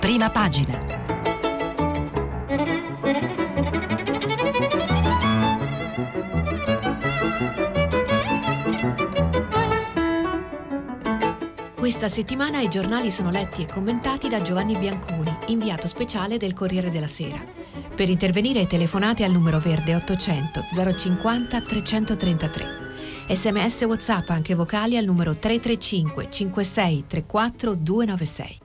Prima pagina. Questa settimana i giornali sono letti e commentati da Giovanni Bianconi, inviato speciale del Corriere della Sera. Per intervenire telefonate al numero verde 800 050 333. SMS WhatsApp anche vocali al numero 335 56 34 296.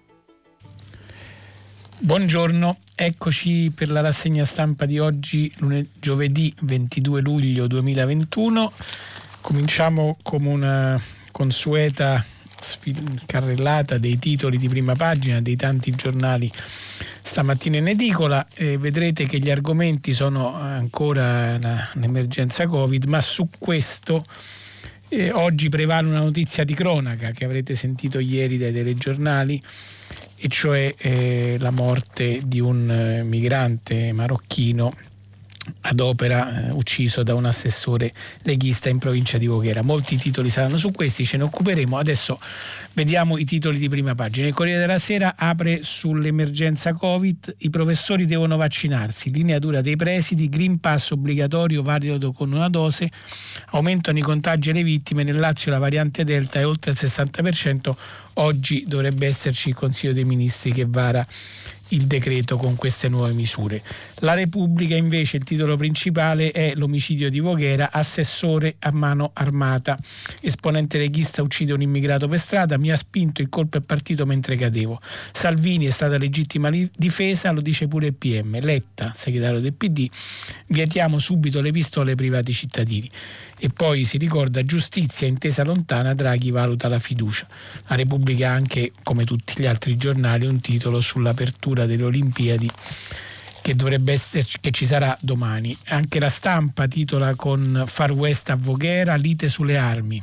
Buongiorno, eccoci per la rassegna stampa di oggi, giovedì 22 luglio 2021. Cominciamo come una consueta carrellata dei titoli di prima pagina dei tanti giornali stamattina in edicola. Vedrete che gli argomenti sono ancora l'emergenza Covid, ma su questo oggi prevale una notizia di cronaca che avrete sentito ieri dai telegiornali, e cioè la morte di un migrante marocchino ad opera ucciso da un assessore leghista in provincia di Voghera. Molti titoli saranno su questi, ce ne occuperemo. Adesso vediamo i titoli di prima pagina. Il Corriere della Sera apre sull'emergenza Covid: i professori devono vaccinarsi, linea dura dei presidi, Green Pass obbligatorio valido con una dose, aumentano i contagi e le vittime, nel Lazio la variante Delta è oltre il 60%, oggi dovrebbe esserci il Consiglio dei Ministri che vara il decreto con queste nuove misure. La Repubblica invece, il titolo principale è l'omicidio di Voghera, assessore a mano armata, esponente leghista uccide un immigrato per strada, mi ha spinto, il colpo è partito mentre cadevo. Salvini è stata legittima difesa, lo dice pure il PM. Letta, segretario del PD, vietiamo subito le pistole ai privati cittadini. E poi si ricorda giustizia, intesa lontana, Draghi valuta la fiducia. La Repubblica ha anche, come tutti gli altri giornali, un titolo sull'apertura delle Olimpiadi che dovrebbe esserci, che ci sarà domani. Anche La Stampa titola con Far West a Voghera, lite sulle armi.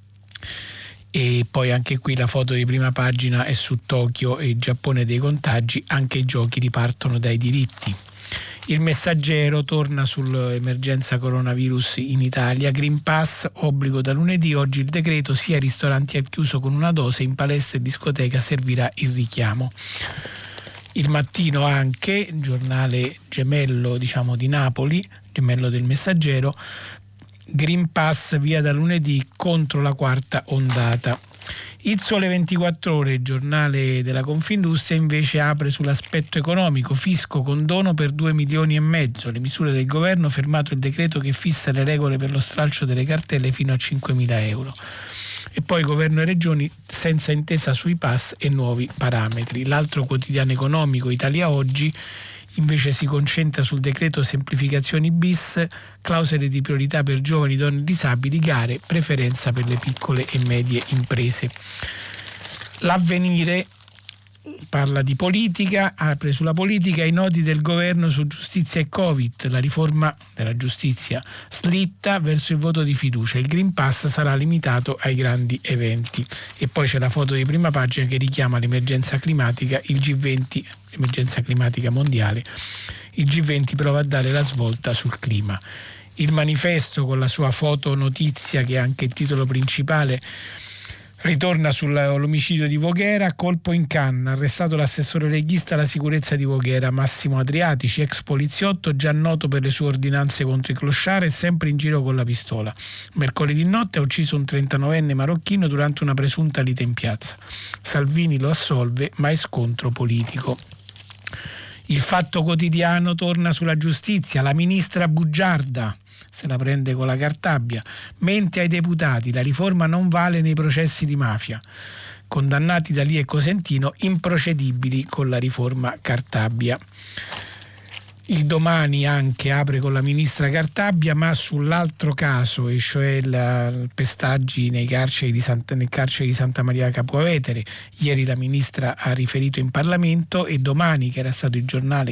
E poi anche qui la foto di prima pagina è su Tokyo e il Giappone dei contagi, anche i giochi ripartono dai diritti. Il Messaggero torna sull'emergenza coronavirus in Italia, Green Pass, obbligo da lunedì, oggi il decreto, sia ristoranti al chiuso con una dose, in palestra e discoteca servirà il richiamo. Il Mattino anche, giornale gemello di Napoli, gemello del Messaggero, Green Pass via da lunedì contro la quarta ondata. Il Sole 24 Ore, giornale della Confindustria, invece apre sull'aspetto economico, fisco condono per 2,5 milioni, le misure del governo, fermato il decreto che fissa le regole per lo stralcio delle cartelle fino a 5.000 euro. E poi governo e regioni senza intesa sui pass e nuovi parametri. L'altro quotidiano economico, Italia Oggi, invece si concentra sul decreto semplificazioni bis, clausole di priorità per giovani, donne e disabili, gare, preferenza per le piccole e medie imprese. L'Avvenire parla di politica, apre sulla politica, i nodi del governo su giustizia e Covid, la riforma della giustizia slitta verso il voto di fiducia, il Green Pass sarà limitato ai grandi eventi. E poi c'è la foto di prima pagina che richiama l'emergenza climatica, il G20, l'emergenza climatica mondiale, il G20 prova a dare la svolta sul clima. Il Manifesto, con la sua foto notizia che è anche il titolo principale, ritorna sull'omicidio di Voghera, colpo in canna, arrestato l'assessore leghista alla sicurezza di Voghera, Massimo Adriatici, ex poliziotto, già noto per le sue ordinanze contro i clochard e sempre in giro con la pistola. Mercoledì notte ha ucciso un 39enne marocchino durante una presunta lite in piazza. Salvini lo assolve, ma è scontro politico. Il Fatto Quotidiano torna sulla giustizia, la ministra bugiarda se la prende con la Cartabia, mente ai deputati, la riforma non vale nei processi di mafia, condannati D'Alì e Cosentino improcedibili con la riforma Cartabia. Il Domani anche apre con la ministra Cartabia, ma sull'altro caso, e cioè i pestaggi nel carcere di Santa Maria Capua Vetere. Ieri la ministra ha riferito in Parlamento, e Domani, che è stato il giornale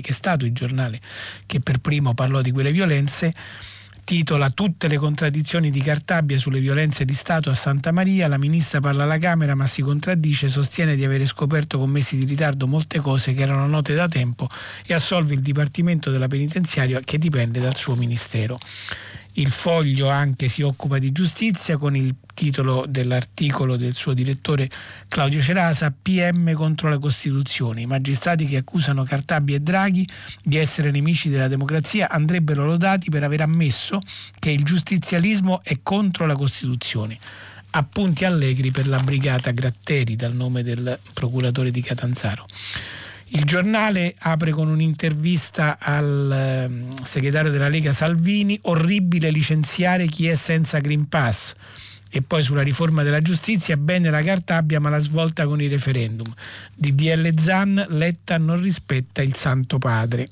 che per primo parlò di quelle violenze, titola tutte le contraddizioni di Cartabia sulle violenze di Stato a Santa Maria, la ministra parla alla Camera ma si contraddice, sostiene di avere scoperto con mesi di ritardo molte cose che erano note da tempo e assolve il Dipartimento della Penitenziaria che dipende dal suo ministero. Il Foglio anche si occupa di giustizia con il titolo dell'articolo del suo direttore Claudio Cerasa: PM contro la Costituzione. I magistrati che accusano Cartabia e Draghi di essere nemici della democrazia andrebbero lodati per aver ammesso che il giustizialismo è contro la Costituzione. Appunti allegri per la brigata Gratteri, dal nome del procuratore di Catanzaro. Il Giornale apre con un'intervista al segretario della Lega Salvini: orribile licenziare chi è senza Green Pass. E poi sulla riforma della giustizia: bene la Cartabia ma la svolta con il referendum. DDL Zan, Letta non rispetta il Santo Padre.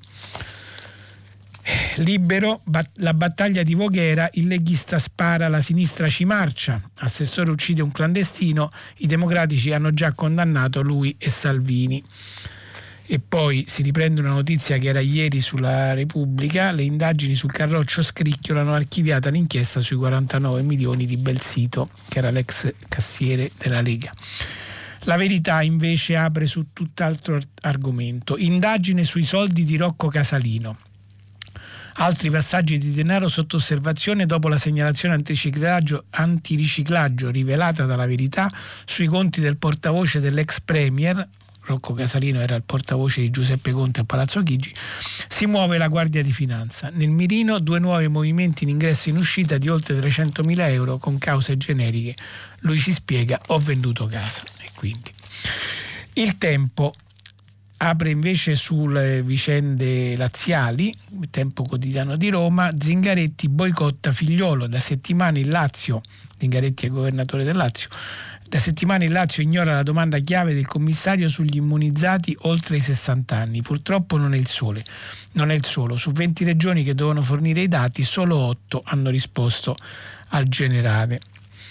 Libero, la battaglia di Voghera, il leghista spara, la sinistra ci marcia, assessore uccide un clandestino, i democratici hanno già condannato lui e Salvini. E poi si riprende una notizia che era ieri sulla Repubblica: le indagini sul Carroccio Scricchiola hanno archiviata l'inchiesta sui 49 milioni di Belsito, che era l'ex cassiere della Lega. La Verità invece apre su tutt'altro argomento: indagine sui soldi di Rocco Casalino. Altri passaggi di denaro sotto osservazione dopo la segnalazione antiriciclaggio rivelata dalla Verità sui conti del portavoce dell'ex premier. Rocco Casalino era il portavoce di Giuseppe Conte a Palazzo Chigi. Si muove la Guardia di Finanza. Nel mirino 2 nuovi movimenti in ingresso e in uscita di oltre 300.000 euro con cause generiche. Lui ci spiega: ho venduto casa. E quindi Il Tempo apre invece sulle vicende laziali. Il Tempo quotidiano di Roma: Zingaretti boicotta Figliuolo. Da settimane il Lazio, Zingaretti è governatore del Lazio, da settimane il Lazio ignora la domanda chiave del commissario sugli immunizzati oltre i 60 anni. Purtroppo non è il solo. Su 20 regioni che dovevano fornire i dati, solo 8 hanno risposto al generale.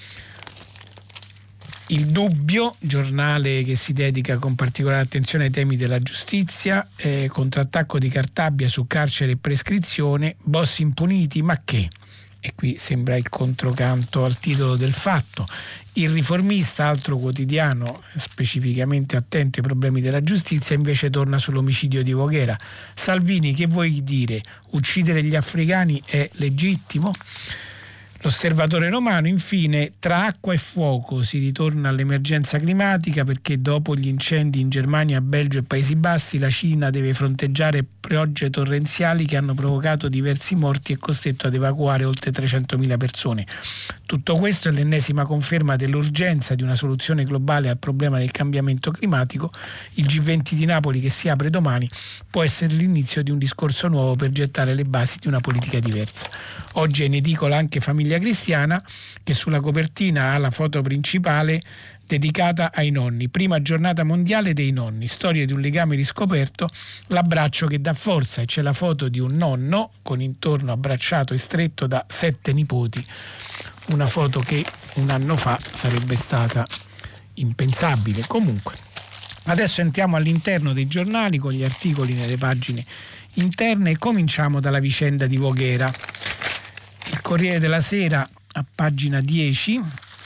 Il Dubbio, giornale che si dedica con particolare attenzione ai temi della giustizia, contrattacco di Cartabia su carcere e prescrizione, boss impuniti, ma che? E qui sembra il controcanto al titolo del Fatto. Il Riformista, altro quotidiano specificamente attento ai problemi della giustizia, invece torna sull'omicidio di Voghera. Salvini: che vuoi dire? Uccidere gli africani è legittimo? L'Osservatore Romano infine: tra acqua e fuoco si ritorna all'emergenza climatica, perché dopo gli incendi in Germania, Belgio e Paesi Bassi la Cina deve fronteggiare piogge torrenziali che hanno provocato diversi morti e costretto ad evacuare oltre 300.000 persone. Tutto questo è l'ennesima conferma dell'urgenza di una soluzione globale al problema del cambiamento climatico. Il G20 di Napoli, che si apre domani, può essere l'inizio di un discorso nuovo per gettare le basi di una politica diversa. Oggi è in edicola anche Famiglia Cristiana, che sulla copertina ha la foto principale dedicata ai nonni. Prima giornata mondiale dei nonni, storia di un legame riscoperto, l'abbraccio che dà forza, e c'è la foto di un nonno con intorno abbracciato e stretto da 7 nipoti, una foto che un anno fa sarebbe stata impensabile. Comunque, adesso entriamo all'interno dei giornali con gli articoli nelle pagine interne e cominciamo dalla vicenda di Voghera. Il Corriere della Sera, a pagina 10,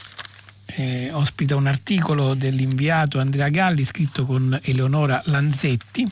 ospita un articolo dell'inviato Andrea Galli scritto con Eleonora Lanzetti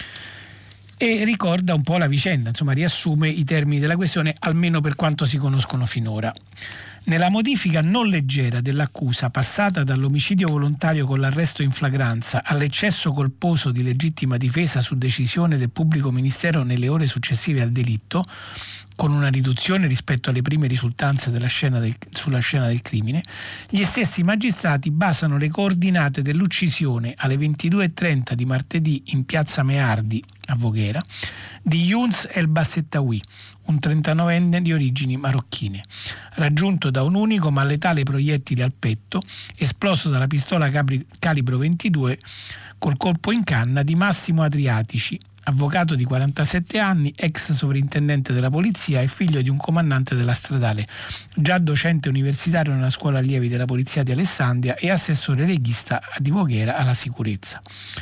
e ricorda un po' la vicenda, insomma riassume i termini della questione, almeno per quanto si conoscono finora. Nella modifica non leggera dell'accusa, passata dall'omicidio volontario con l'arresto in flagranza all'eccesso colposo di legittima difesa su decisione del pubblico ministero nelle ore successive al delitto, con una riduzione rispetto alle prime risultanze sulla scena del crimine, gli stessi magistrati basano le coordinate dell'uccisione alle 22:30 di martedì in piazza Meardi a Voghera di Younes El Bassettaoui, un 39enne di origini marocchine, raggiunto da un unico ma letale proiettile al petto, esploso dalla pistola calibro 22 col colpo in canna di Massimo Adriatici, avvocato di 47 anni, ex sovrintendente della polizia e figlio di un comandante della stradale, già docente universitario nella scuola allievi della polizia di Alessandria e assessore leghista di Voghera alla sicurezza.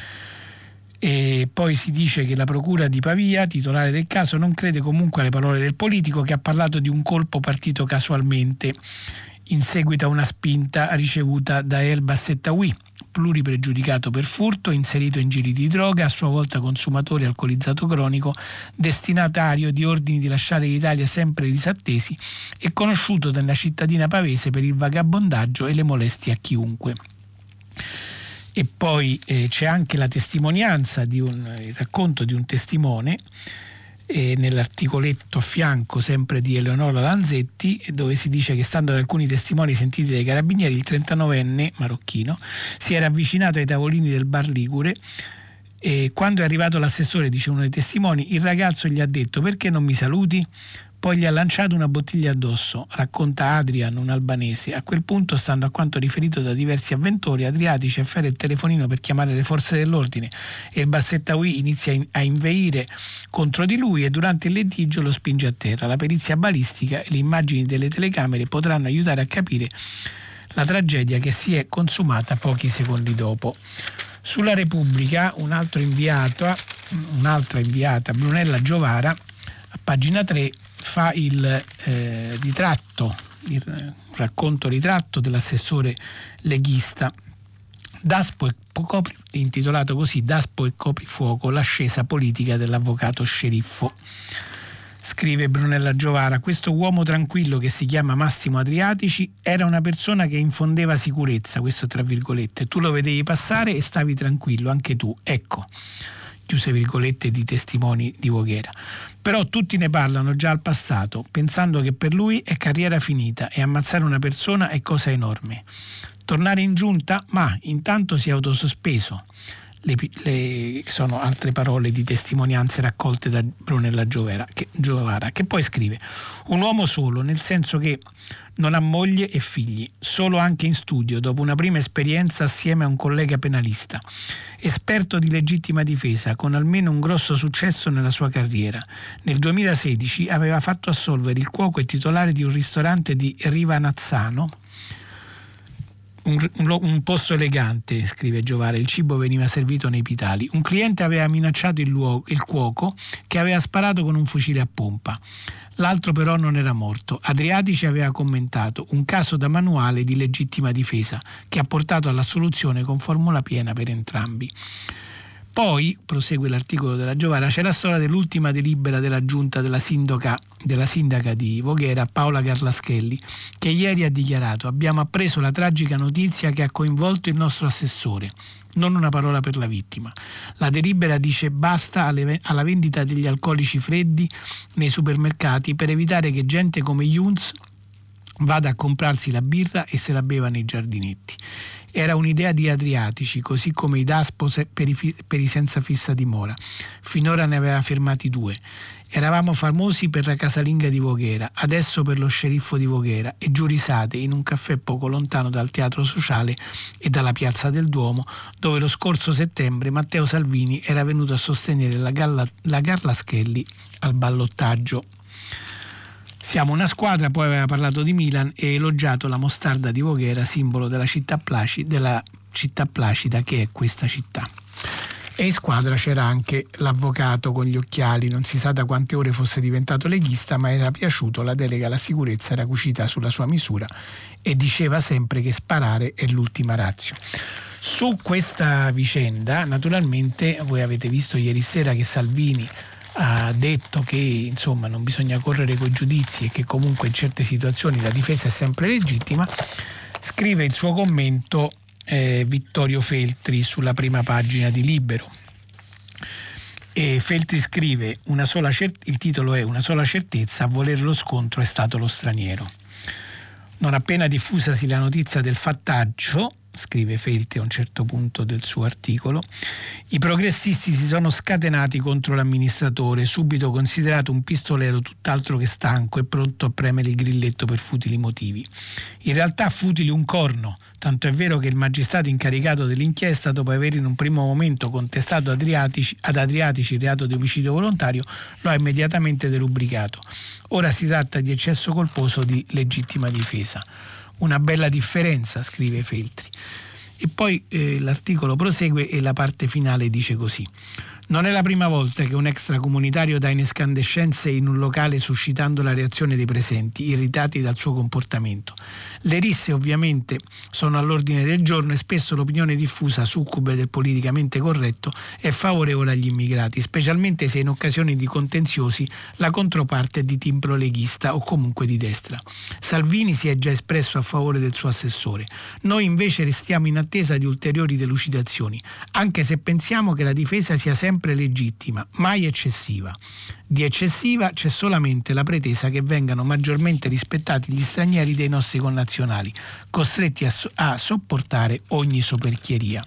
E poi si dice che la procura di Pavia, titolare del caso, non crede comunque alle parole del politico, che ha parlato di un colpo partito casualmente. in seguito a una spinta ricevuta da El Bassettaoui, pluripregiudicato per furto, inserito in giri di droga, a sua volta consumatore alcolizzato cronico, destinatario di ordini di lasciare l'Italia sempre disattesi e conosciuto nella cittadina pavese per il vagabondaggio e le molestie a chiunque. E poi c'è anche la testimonianza il racconto di un testimone nell'articoletto a fianco sempre di Eleonora Lanzetti, dove si dice che, stando ad alcuni testimoni sentiti dai carabinieri, il 39enne marocchino si era avvicinato ai tavolini del bar ligure e quando è arrivato l'assessore, dice uno dei testimoni, il ragazzo gli ha detto: perché non mi saluti? Poi gli ha lanciato una bottiglia addosso, racconta Adrian, un albanese. A quel punto, stando a quanto riferito da diversi avventori, Adriatici afferra il telefonino per chiamare le forze dell'ordine e il Bassettaoui inizia a inveire contro di lui e durante il litigio lo spinge a terra. La perizia balistica e le immagini delle telecamere potranno aiutare a capire la tragedia che si è consumata pochi secondi dopo. Sulla Repubblica un'altra inviata, Brunella Giovara, a pagina 3, fa il racconto ritratto dell'assessore leghista intitolato così: Daspo e coprifuoco, l'ascesa politica dell'avvocato sceriffo. Scrive Brunella Giovara: questo uomo tranquillo che si chiama Massimo Adriatici era una persona che infondeva sicurezza, questo tra virgolette, tu lo vedevi passare e stavi tranquillo anche tu, ecco, chiuse virgolette, di testimoni di Voghera. Però tutti ne parlano già al passato, pensando che per lui è carriera finita e ammazzare una persona è cosa enorme. Tornare in giunta? Ma intanto si è autosospeso. Sono altre parole di testimonianze raccolte da Brunella Giovara, che poi scrive: un uomo solo, nel senso che non ha moglie e figli, solo anche in studio dopo una prima esperienza assieme a un collega penalista, esperto di legittima difesa con almeno un grosso successo nella sua carriera. Nel 2016 aveva fatto assolvere il cuoco e titolare di un ristorante di Rivanazzano, un posto elegante, scrive Giovara, il cibo veniva servito nei pitali. Un cliente aveva minacciato il cuoco, che aveva sparato con un fucile a pompa. L'altro però non era morto. Adriatici aveva commentato: un caso da manuale di legittima difesa che ha portato all'assoluzione con formula piena per entrambi. Poi, prosegue l'articolo della Giovara, c'è la storia dell'ultima delibera della giunta della sindaca di Voghera, Paola Garlaschelli, che ieri ha dichiarato: abbiamo appreso la tragica notizia che ha coinvolto il nostro assessore. Non una parola per la vittima. La delibera dice basta alla vendita degli alcolici freddi nei supermercati per evitare che gente come Junz vada a comprarsi la birra e se la beva nei giardinetti. Era un'idea di Adriatici, così come i Daspo per i senza fissa dimora. Finora ne aveva firmati 2. Eravamo famosi per la casalinga di Voghera, adesso per lo sceriffo di Voghera, e giù risate in un caffè poco lontano dal Teatro Sociale e dalla Piazza del Duomo, dove lo scorso settembre Matteo Salvini era venuto a sostenere la Garlaschelli al ballottaggio. Siamo una squadra, poi aveva parlato di Milan e elogiato la mostarda di Voghera, simbolo della città placida che è questa città. E in squadra c'era anche l'avvocato con gli occhiali, non si sa da quante ore fosse diventato leghista, ma era piaciuto, la delega alla sicurezza era cucita sulla sua misura e diceva sempre che sparare è l'ultima ratio. Su questa vicenda, naturalmente, voi avete visto ieri sera che Salvini ha detto che insomma non bisogna correre coi giudizi e che comunque in certe situazioni la difesa è sempre legittima. Scrive il suo commento Vittorio Feltri sulla prima pagina di Libero. E Feltri scrive: il titolo è "Una sola certezza, a volere lo scontro è stato lo straniero". Non appena diffusasi la notizia del fattaggio, scrive Feltri a un certo punto del suo articolo, i progressisti si sono scatenati contro l'amministratore, subito considerato un pistolero tutt'altro che stanco e pronto a premere il grilletto per futili motivi. In realtà futili un corno, tanto è vero che il magistrato incaricato dell'inchiesta, dopo aver in un primo momento contestato ad Adriatici il reato di omicidio volontario, lo ha immediatamente derubricato. Ora si tratta di eccesso colposo di legittima difesa. Una bella differenza, scrive Feltri. E poi l'articolo prosegue e la parte finale dice così: non è la prima volta che un extracomunitario dà in escandescenze in un locale suscitando la reazione dei presenti, irritati dal suo comportamento. Le risse ovviamente sono all'ordine del giorno e spesso l'opinione diffusa, succube del politicamente corretto, è favorevole agli immigrati, specialmente se in occasioni di contenziosi la controparte è di timbro leghista o comunque di destra. Salvini si è già espresso a favore del suo assessore. Noi invece restiamo in attesa di ulteriori delucidazioni, anche se pensiamo che la difesa sia sempre legittima, mai eccessiva. Di eccessiva c'è solamente la pretesa che vengano maggiormente rispettati gli stranieri dei nostri connazionali, costretti a sopportare ogni soperchieria.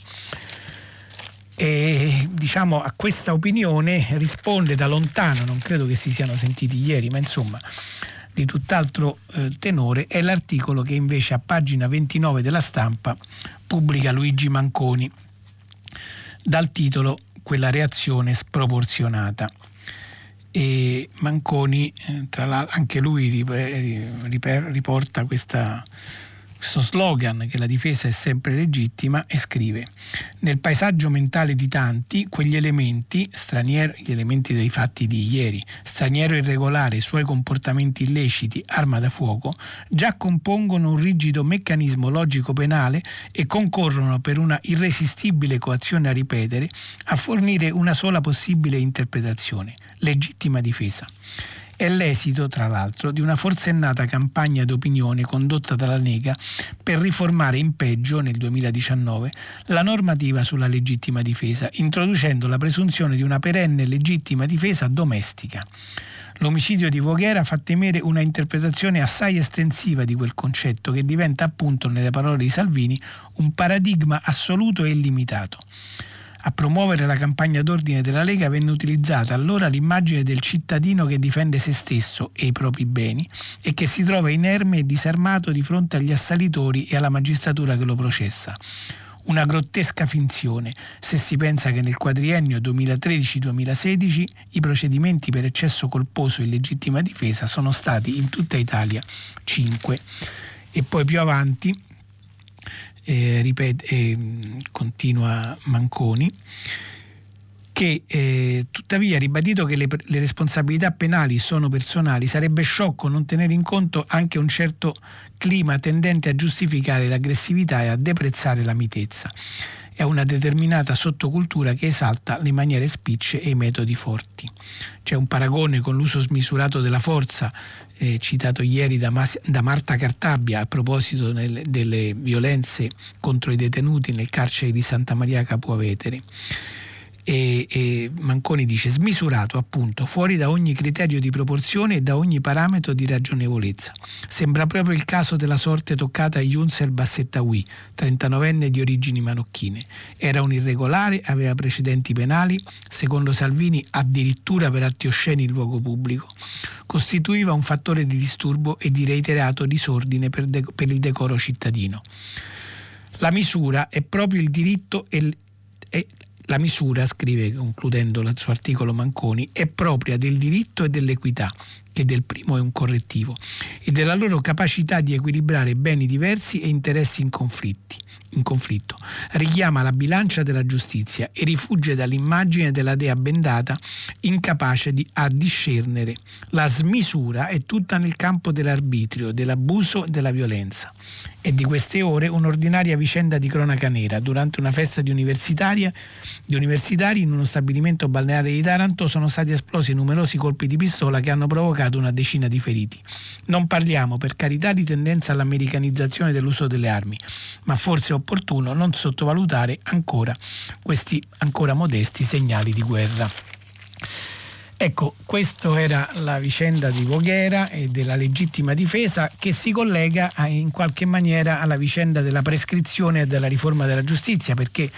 E diciamo a questa opinione risponde da lontano, non credo che si siano sentiti ieri, ma insomma di tutt'altro tenore, è l'articolo che invece a pagina 29 della Stampa pubblica Luigi Manconi dal titolo Quella reazione sproporzionata. E Manconi, tra l'altro, anche lui riporta questo slogan che la difesa è sempre legittima e scrive: nel paesaggio mentale di tanti quegli elementi, gli elementi dei fatti di ieri, straniero irregolare, suoi comportamenti illeciti, arma da fuoco, già compongono un rigido meccanismo logico penale e concorrono per una irresistibile coazione a ripetere a fornire una sola possibile interpretazione: legittima difesa. È l'esito, tra l'altro, di una forsennata campagna d'opinione condotta dalla Lega per riformare in peggio, nel 2019, la normativa sulla legittima difesa, introducendo la presunzione di una perenne legittima difesa domestica. L'omicidio di Voghera fa temere una interpretazione assai estensiva di quel concetto che diventa, appunto, nelle parole di Salvini, un paradigma assoluto e illimitato. A promuovere la campagna d'ordine della Lega venne utilizzata allora l'immagine del cittadino che difende se stesso e i propri beni e che si trova inerme e disarmato di fronte agli assalitori e alla magistratura che lo processa. Una grottesca finzione, se si pensa che nel quadriennio 2013-2016 i procedimenti per eccesso colposo e legittima difesa sono stati in tutta Italia 5. E poi più avanti continua Manconi, che tuttavia ha ribadito che le responsabilità penali sono personali, sarebbe sciocco non tenere in conto anche un certo clima tendente a giustificare l'aggressività e a deprezzare la mitezza. È una determinata sottocultura che esalta le maniere spicce e i metodi forti. C'è un paragone con l'uso smisurato della forza, citato ieri da Marta Cartabia a proposito delle violenze contro i detenuti nel carcere di Santa Maria Capua Vetere. E Manconi dice: smisurato, appunto, fuori da ogni criterio di proporzione e da ogni parametro di ragionevolezza. Sembra proprio il caso della sorte toccata a Younsel Bassettaoui, 39enne di origini marocchine. Era un irregolare, aveva precedenti penali, secondo Salvini addirittura per atti osceni in luogo pubblico. Costituiva un fattore di disturbo e di reiterato disordine per il decoro cittadino. La misura è proprio il diritto La misura, scrive concludendo il suo articolo Manconi, è propria del diritto e dell'equità, che del primo è un correttivo, e della loro capacità di equilibrare beni diversi e interessi in conflitto. Richiama la bilancia della giustizia e rifugge dall'immagine della dea bendata incapace a discernere. La smisura è tutta nel campo dell'arbitrio, dell'abuso e della violenza. È di queste ore un'ordinaria vicenda di cronaca nera. Durante una festa di universitari in uno stabilimento balneare di Taranto sono stati esplosi numerosi colpi di pistola che hanno provocato una decina di feriti. Non parliamo, per carità, di tendenza all'americanizzazione dell'uso delle armi, ma forse è opportuno non sottovalutare questi ancora modesti segnali di guerra. Ecco, questa era la vicenda di Voghera e della legittima difesa, che si collega in qualche maniera alla vicenda della prescrizione e della riforma della giustizia, perché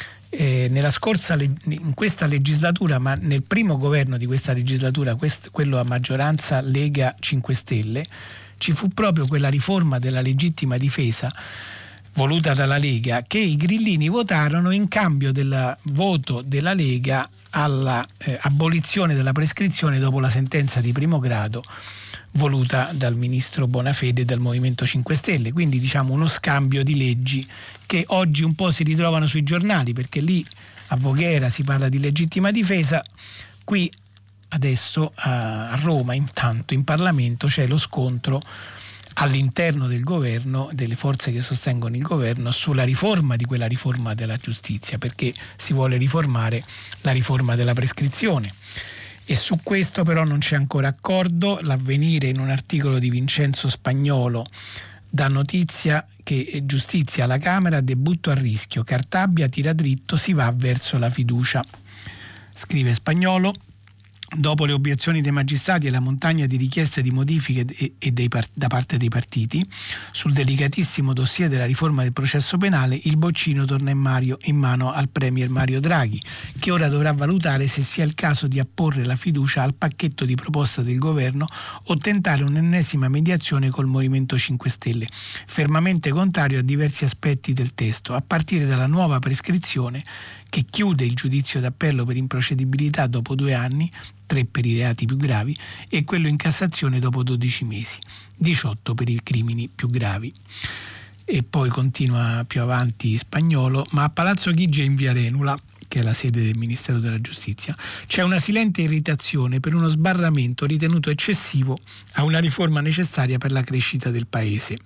in questa legislatura, ma nel primo governo di questa legislatura, quello a maggioranza Lega 5 Stelle, ci fu proprio quella riforma della legittima difesa voluta dalla Lega, che i grillini votarono in cambio del voto della Lega alla abolizione della prescrizione dopo la sentenza di primo grado voluta dal ministro Bonafede e dal Movimento 5 Stelle, quindi diciamo uno scambio di leggi che oggi un po' si ritrovano sui giornali, perché lì a Voghera si parla di legittima difesa, qui adesso a Roma intanto in Parlamento c'è lo scontro all'interno del governo, delle forze che sostengono il governo, sulla riforma di quella riforma della giustizia, perché si vuole riformare la riforma della prescrizione. E su questo però non c'è ancora accordo. L'Avvenire, in un articolo di Vincenzo Spagnolo, dà notizia che giustizia alla Camera, debutto a rischio, Cartabia tira dritto, si va verso la fiducia. Scrive Spagnolo: dopo le obiezioni dei magistrati e la montagna di richieste di modifiche da parte dei partiti sul delicatissimo dossier della riforma del processo penale, il boccino torna in mano al premier Mario Draghi, che ora dovrà valutare se sia il caso di apporre la fiducia al pacchetto di proposta del governo o tentare un'ennesima mediazione col Movimento 5 Stelle, fermamente contrario a diversi aspetti del testo, a partire dalla nuova prescrizione che chiude il giudizio d'appello per improcedibilità dopo 2 anni, 3 per i reati più gravi, e quello in Cassazione dopo 12 mesi, 18 per i crimini più gravi. E poi continua più avanti Spagnolo: ma a Palazzo Chigi in via Renula, che è la sede del Ministero della Giustizia, c'è una silente irritazione per uno sbarramento ritenuto eccessivo a una riforma necessaria per la crescita del Paese.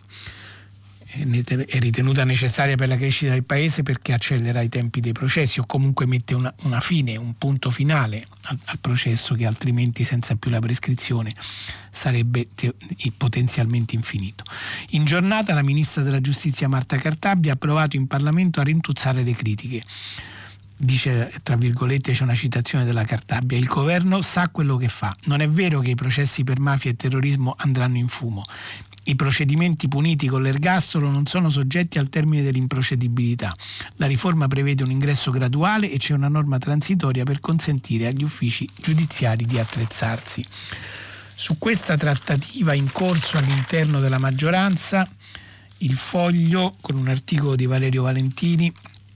È ritenuta necessaria per la crescita del Paese perché accelera i tempi dei processi, o comunque mette una fine, un punto finale al processo, che altrimenti senza più la prescrizione sarebbe potenzialmente infinito. In giornata la ministra della Giustizia Marta Cartabia ha provato in Parlamento a rintuzzare le critiche. Dice, tra virgolette, c'è una citazione della Cartabia: il governo sa quello che fa, non è vero che i processi per mafia e terrorismo andranno in fumo. I procedimenti puniti con l'ergastolo non sono soggetti al termine dell'improcedibilità. La riforma prevede un ingresso graduale e c'è una norma transitoria per consentire agli uffici giudiziari di attrezzarsi. Su questa trattativa in corso all'interno della maggioranza, il Foglio, con un articolo di Valerio Valentini,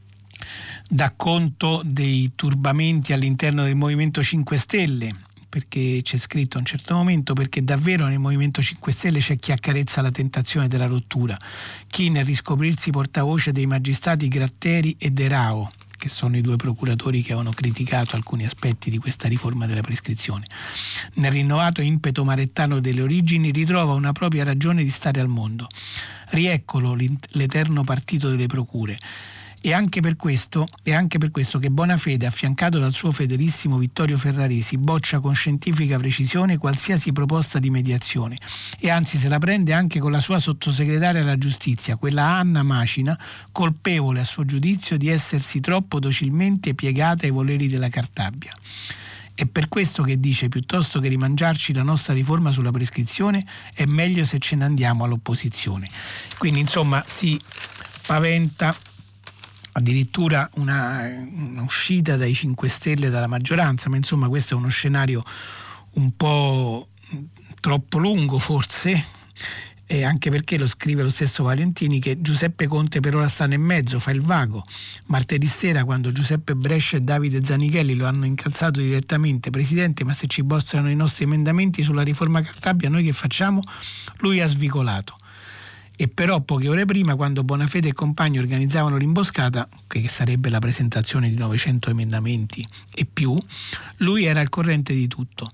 dà conto dei turbamenti all'interno del Movimento 5 Stelle, perché c'è scritto a un certo momento: perché davvero nel Movimento 5 Stelle c'è chi accarezza la tentazione della rottura, chi nel riscoprirsi portavoce dei magistrati Gratteri e De Rao, che sono i 2 procuratori che avevano criticato alcuni aspetti di questa riforma della prescrizione, nel rinnovato impeto marettano delle origini ritrova una propria ragione di stare al mondo. Rieccolo l'eterno partito delle procure. E anche per questo che Bonafede, affiancato dal suo fedelissimo Vittorio Ferraresi, boccia con scientifica precisione qualsiasi proposta di mediazione, e anzi se la prende anche con la sua sottosegretaria alla giustizia, quella Anna Macina, colpevole a suo giudizio di essersi troppo docilmente piegata ai voleri della Cartabia. È per questo che dice: piuttosto che rimangiarci la nostra riforma sulla prescrizione, è meglio se ce ne andiamo all'opposizione. Quindi insomma si paventa addirittura una uscita dai 5 Stelle dalla maggioranza, ma insomma questo è uno scenario un po' troppo lungo forse, e anche perché lo scrive lo stesso Valentini che Giuseppe Conte per ora sta nel mezzo, fa il vago. Martedì sera, quando Giuseppe Brescia e Davide Zanichelli lo hanno incalzato direttamente: Presidente, ma se ci bostrano i nostri emendamenti sulla riforma Cartabia noi che facciamo? Lui ha svicolato. E però poche ore prima, quando Bonafede e compagni organizzavano l'imboscata, che sarebbe la presentazione di 900 emendamenti e più, lui era al corrente di tutto.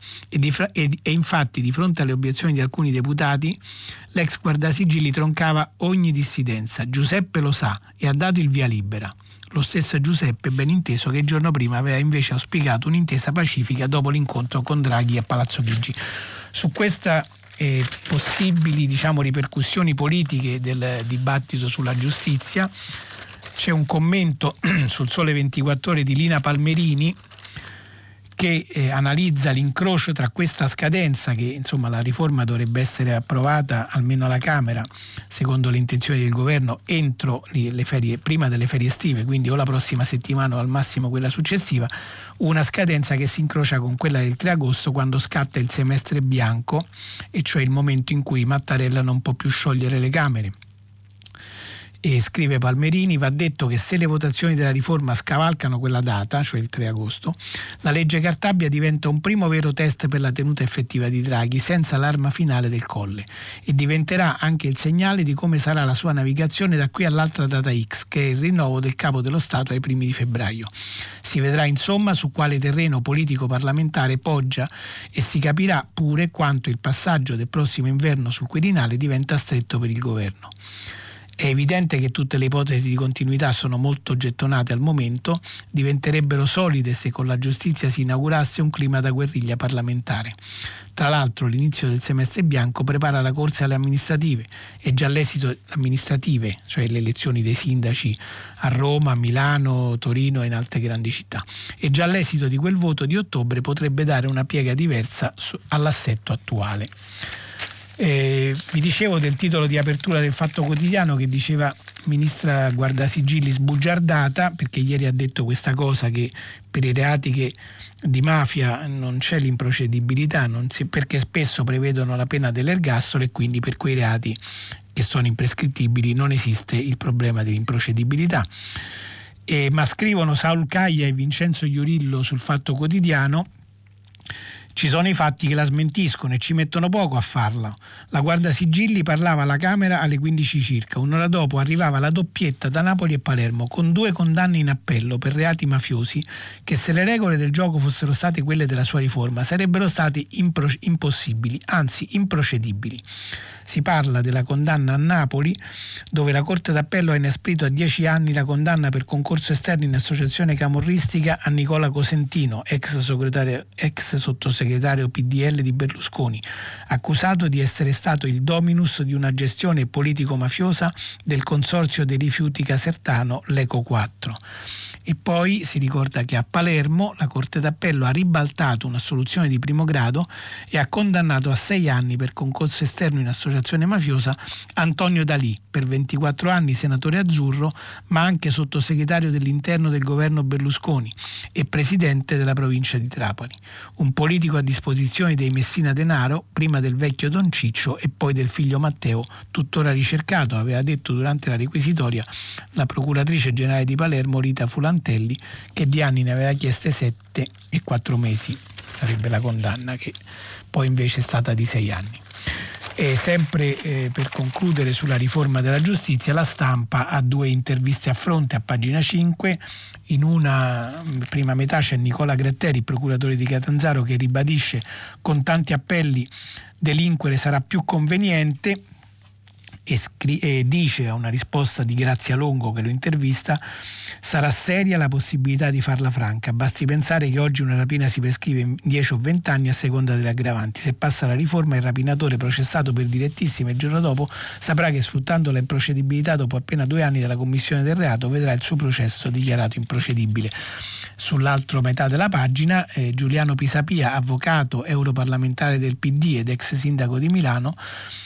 E infatti, di fronte alle obiezioni di alcuni deputati, l'ex guardasigilli troncava ogni dissidenza. Giuseppe lo sa e ha dato il via libera. Lo stesso Giuseppe, ben inteso, che il giorno prima aveva invece auspicato un'intesa pacifica dopo l'incontro con Draghi a Palazzo Chigi. Su questa possibili ripercussioni politiche del dibattito sulla giustizia c'è un commento sul Sole 24 Ore di Lina Palmerini, che analizza l'incrocio tra questa scadenza, che insomma la riforma dovrebbe essere approvata almeno alla Camera secondo le intenzioni del governo entro le ferie, prima delle ferie estive, quindi o la prossima settimana o al massimo quella successiva, una scadenza che si incrocia con quella del 3 agosto, quando scatta il semestre bianco, e cioè il momento in cui Mattarella non può più sciogliere le Camere. E scrive Palmerini: va detto che se le votazioni della riforma scavalcano quella data, cioè il 3 agosto, la legge Cartabia diventa un primo vero test per la tenuta effettiva di Draghi, senza l'arma finale del Colle, e diventerà anche il segnale di come sarà la sua navigazione da qui all'altra data X, che è il rinnovo del Capo dello Stato ai primi di febbraio. Si vedrà insomma su quale terreno politico parlamentare poggia e si capirà pure quanto il passaggio del prossimo inverno sul Quirinale diventa stretto per il governo. È evidente che tutte le ipotesi di continuità sono molto gettonate al momento, diventerebbero solide se con la giustizia si inaugurasse un clima da guerriglia parlamentare. Tra l'altro l'inizio del semestre bianco prepara la corsa alle amministrative e già l'esito amministrative, cioè le elezioni dei sindaci a Roma, a Milano, Torino e in altre grandi città. E già l'esito di quel voto di ottobre potrebbe dare una piega diversa all'assetto attuale. Vi dicevo del titolo di apertura del Fatto Quotidiano che diceva ministra Guardasigilli sbugiardata, perché ieri ha detto questa cosa, che per i reati di mafia non c'è l'improcedibilità, perché spesso prevedono la pena dell'ergastolo e quindi per quei reati che sono imprescrittibili non esiste il problema dell'improcedibilità. Ma scrivono Saul Caia e Vincenzo Iorillo sul Fatto Quotidiano: ci sono i fatti che la smentiscono e ci mettono poco a farla. La Guardasigilli parlava alla Camera alle 15 circa. Un'ora dopo arrivava la doppietta da Napoli e Palermo con 2 condanne in appello per reati mafiosi che, se le regole del gioco fossero state quelle della sua riforma, sarebbero state impossibili, anzi improcedibili. Si parla della condanna a Napoli, dove la Corte d'Appello ha inasprito a 10 anni la condanna per concorso esterno in associazione camorristica a Nicola Cosentino, ex sottosegretario PDL di Berlusconi, accusato di essere stato il dominus di una gestione politico-mafiosa del consorzio dei rifiuti casertano, l'Eco 4. E poi si ricorda che a Palermo la Corte d'Appello ha ribaltato un'assoluzione di primo grado e ha condannato a 6 anni per concorso esterno in associazione mafiosa Antonio D'Alì, per 24 anni senatore azzurro, ma anche sottosegretario dell'interno del governo Berlusconi e presidente della provincia di Trapani. Un politico a disposizione dei Messina Denaro, prima del vecchio Don Ciccio e poi del figlio Matteo, tuttora ricercato, aveva detto durante la requisitoria la procuratrice generale di Palermo Rita Fulantelli, che di anni ne aveva chieste 7 e 4 mesi, sarebbe la condanna, che poi invece è stata di 6 anni. E sempre per concludere sulla riforma della giustizia, La Stampa ha 2 interviste a fronte a pagina 5. In una prima metà c'è Nicola Gratteri, procuratore di Catanzaro, che ribadisce: con tanti appelli delinquere sarà più conveniente, e dice a una risposta di Grazia Longo che lo intervista: sarà seria la possibilità di farla franca, basti pensare che oggi una rapina si prescrive in 10 o 20 anni a seconda delle aggravanti. Se passa la riforma, il rapinatore processato per direttissima il giorno dopo saprà che, sfruttando la improcedibilità dopo appena 2 anni dalla commissione del reato, vedrà il suo processo dichiarato improcedibile. Sull'altra metà della pagina Giuliano Pisapia, avvocato, europarlamentare del PD ed ex sindaco di Milano,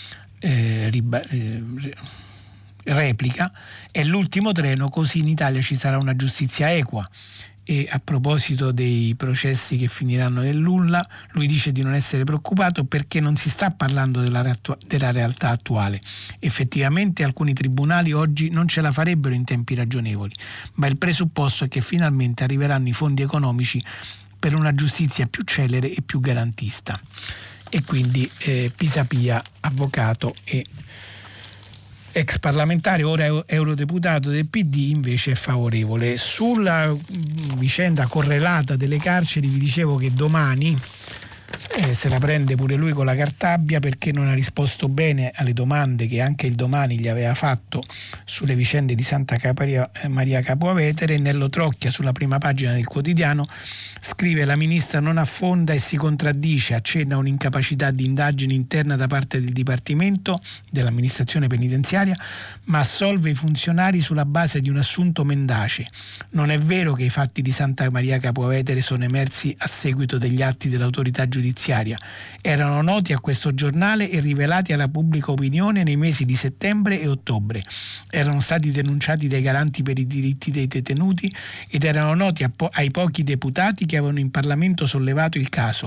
replica: è l'ultimo treno, così in Italia ci sarà una giustizia equa. E a proposito dei processi che finiranno nel nulla, lui dice di non essere preoccupato perché non si sta parlando della realtà attuale. Effettivamente alcuni tribunali oggi non ce la farebbero in tempi ragionevoli, ma il presupposto è che finalmente arriveranno i fondi economici per una giustizia più celere e più garantista. E quindi Pisapia, avvocato e ex parlamentare, ora eurodeputato del PD, invece è favorevole. Sulla vicenda correlata delle carceri vi dicevo che domani se la prende pure lui con la Cartabia, perché non ha risposto bene alle domande che anche il Domani gli aveva fatto sulle vicende di Santa Maria Capua Vetere. Nello Trocchia, sulla prima pagina del quotidiano, scrive: la ministra non affonda e si contraddice, accenna un'incapacità di indagine interna da parte del Dipartimento dell'amministrazione penitenziaria, ma assolve i funzionari sulla base di un assunto mendace. Non è vero che i fatti di Santa Maria Capua Vetere sono emersi a seguito degli atti dell'autorità giudiziaria. Erano noti a questo giornale e rivelati alla pubblica opinione nei mesi di settembre e ottobre. Erano stati denunciati dai garanti per i diritti dei detenuti ed erano noti ai pochi deputati che avevano in Parlamento sollevato il caso.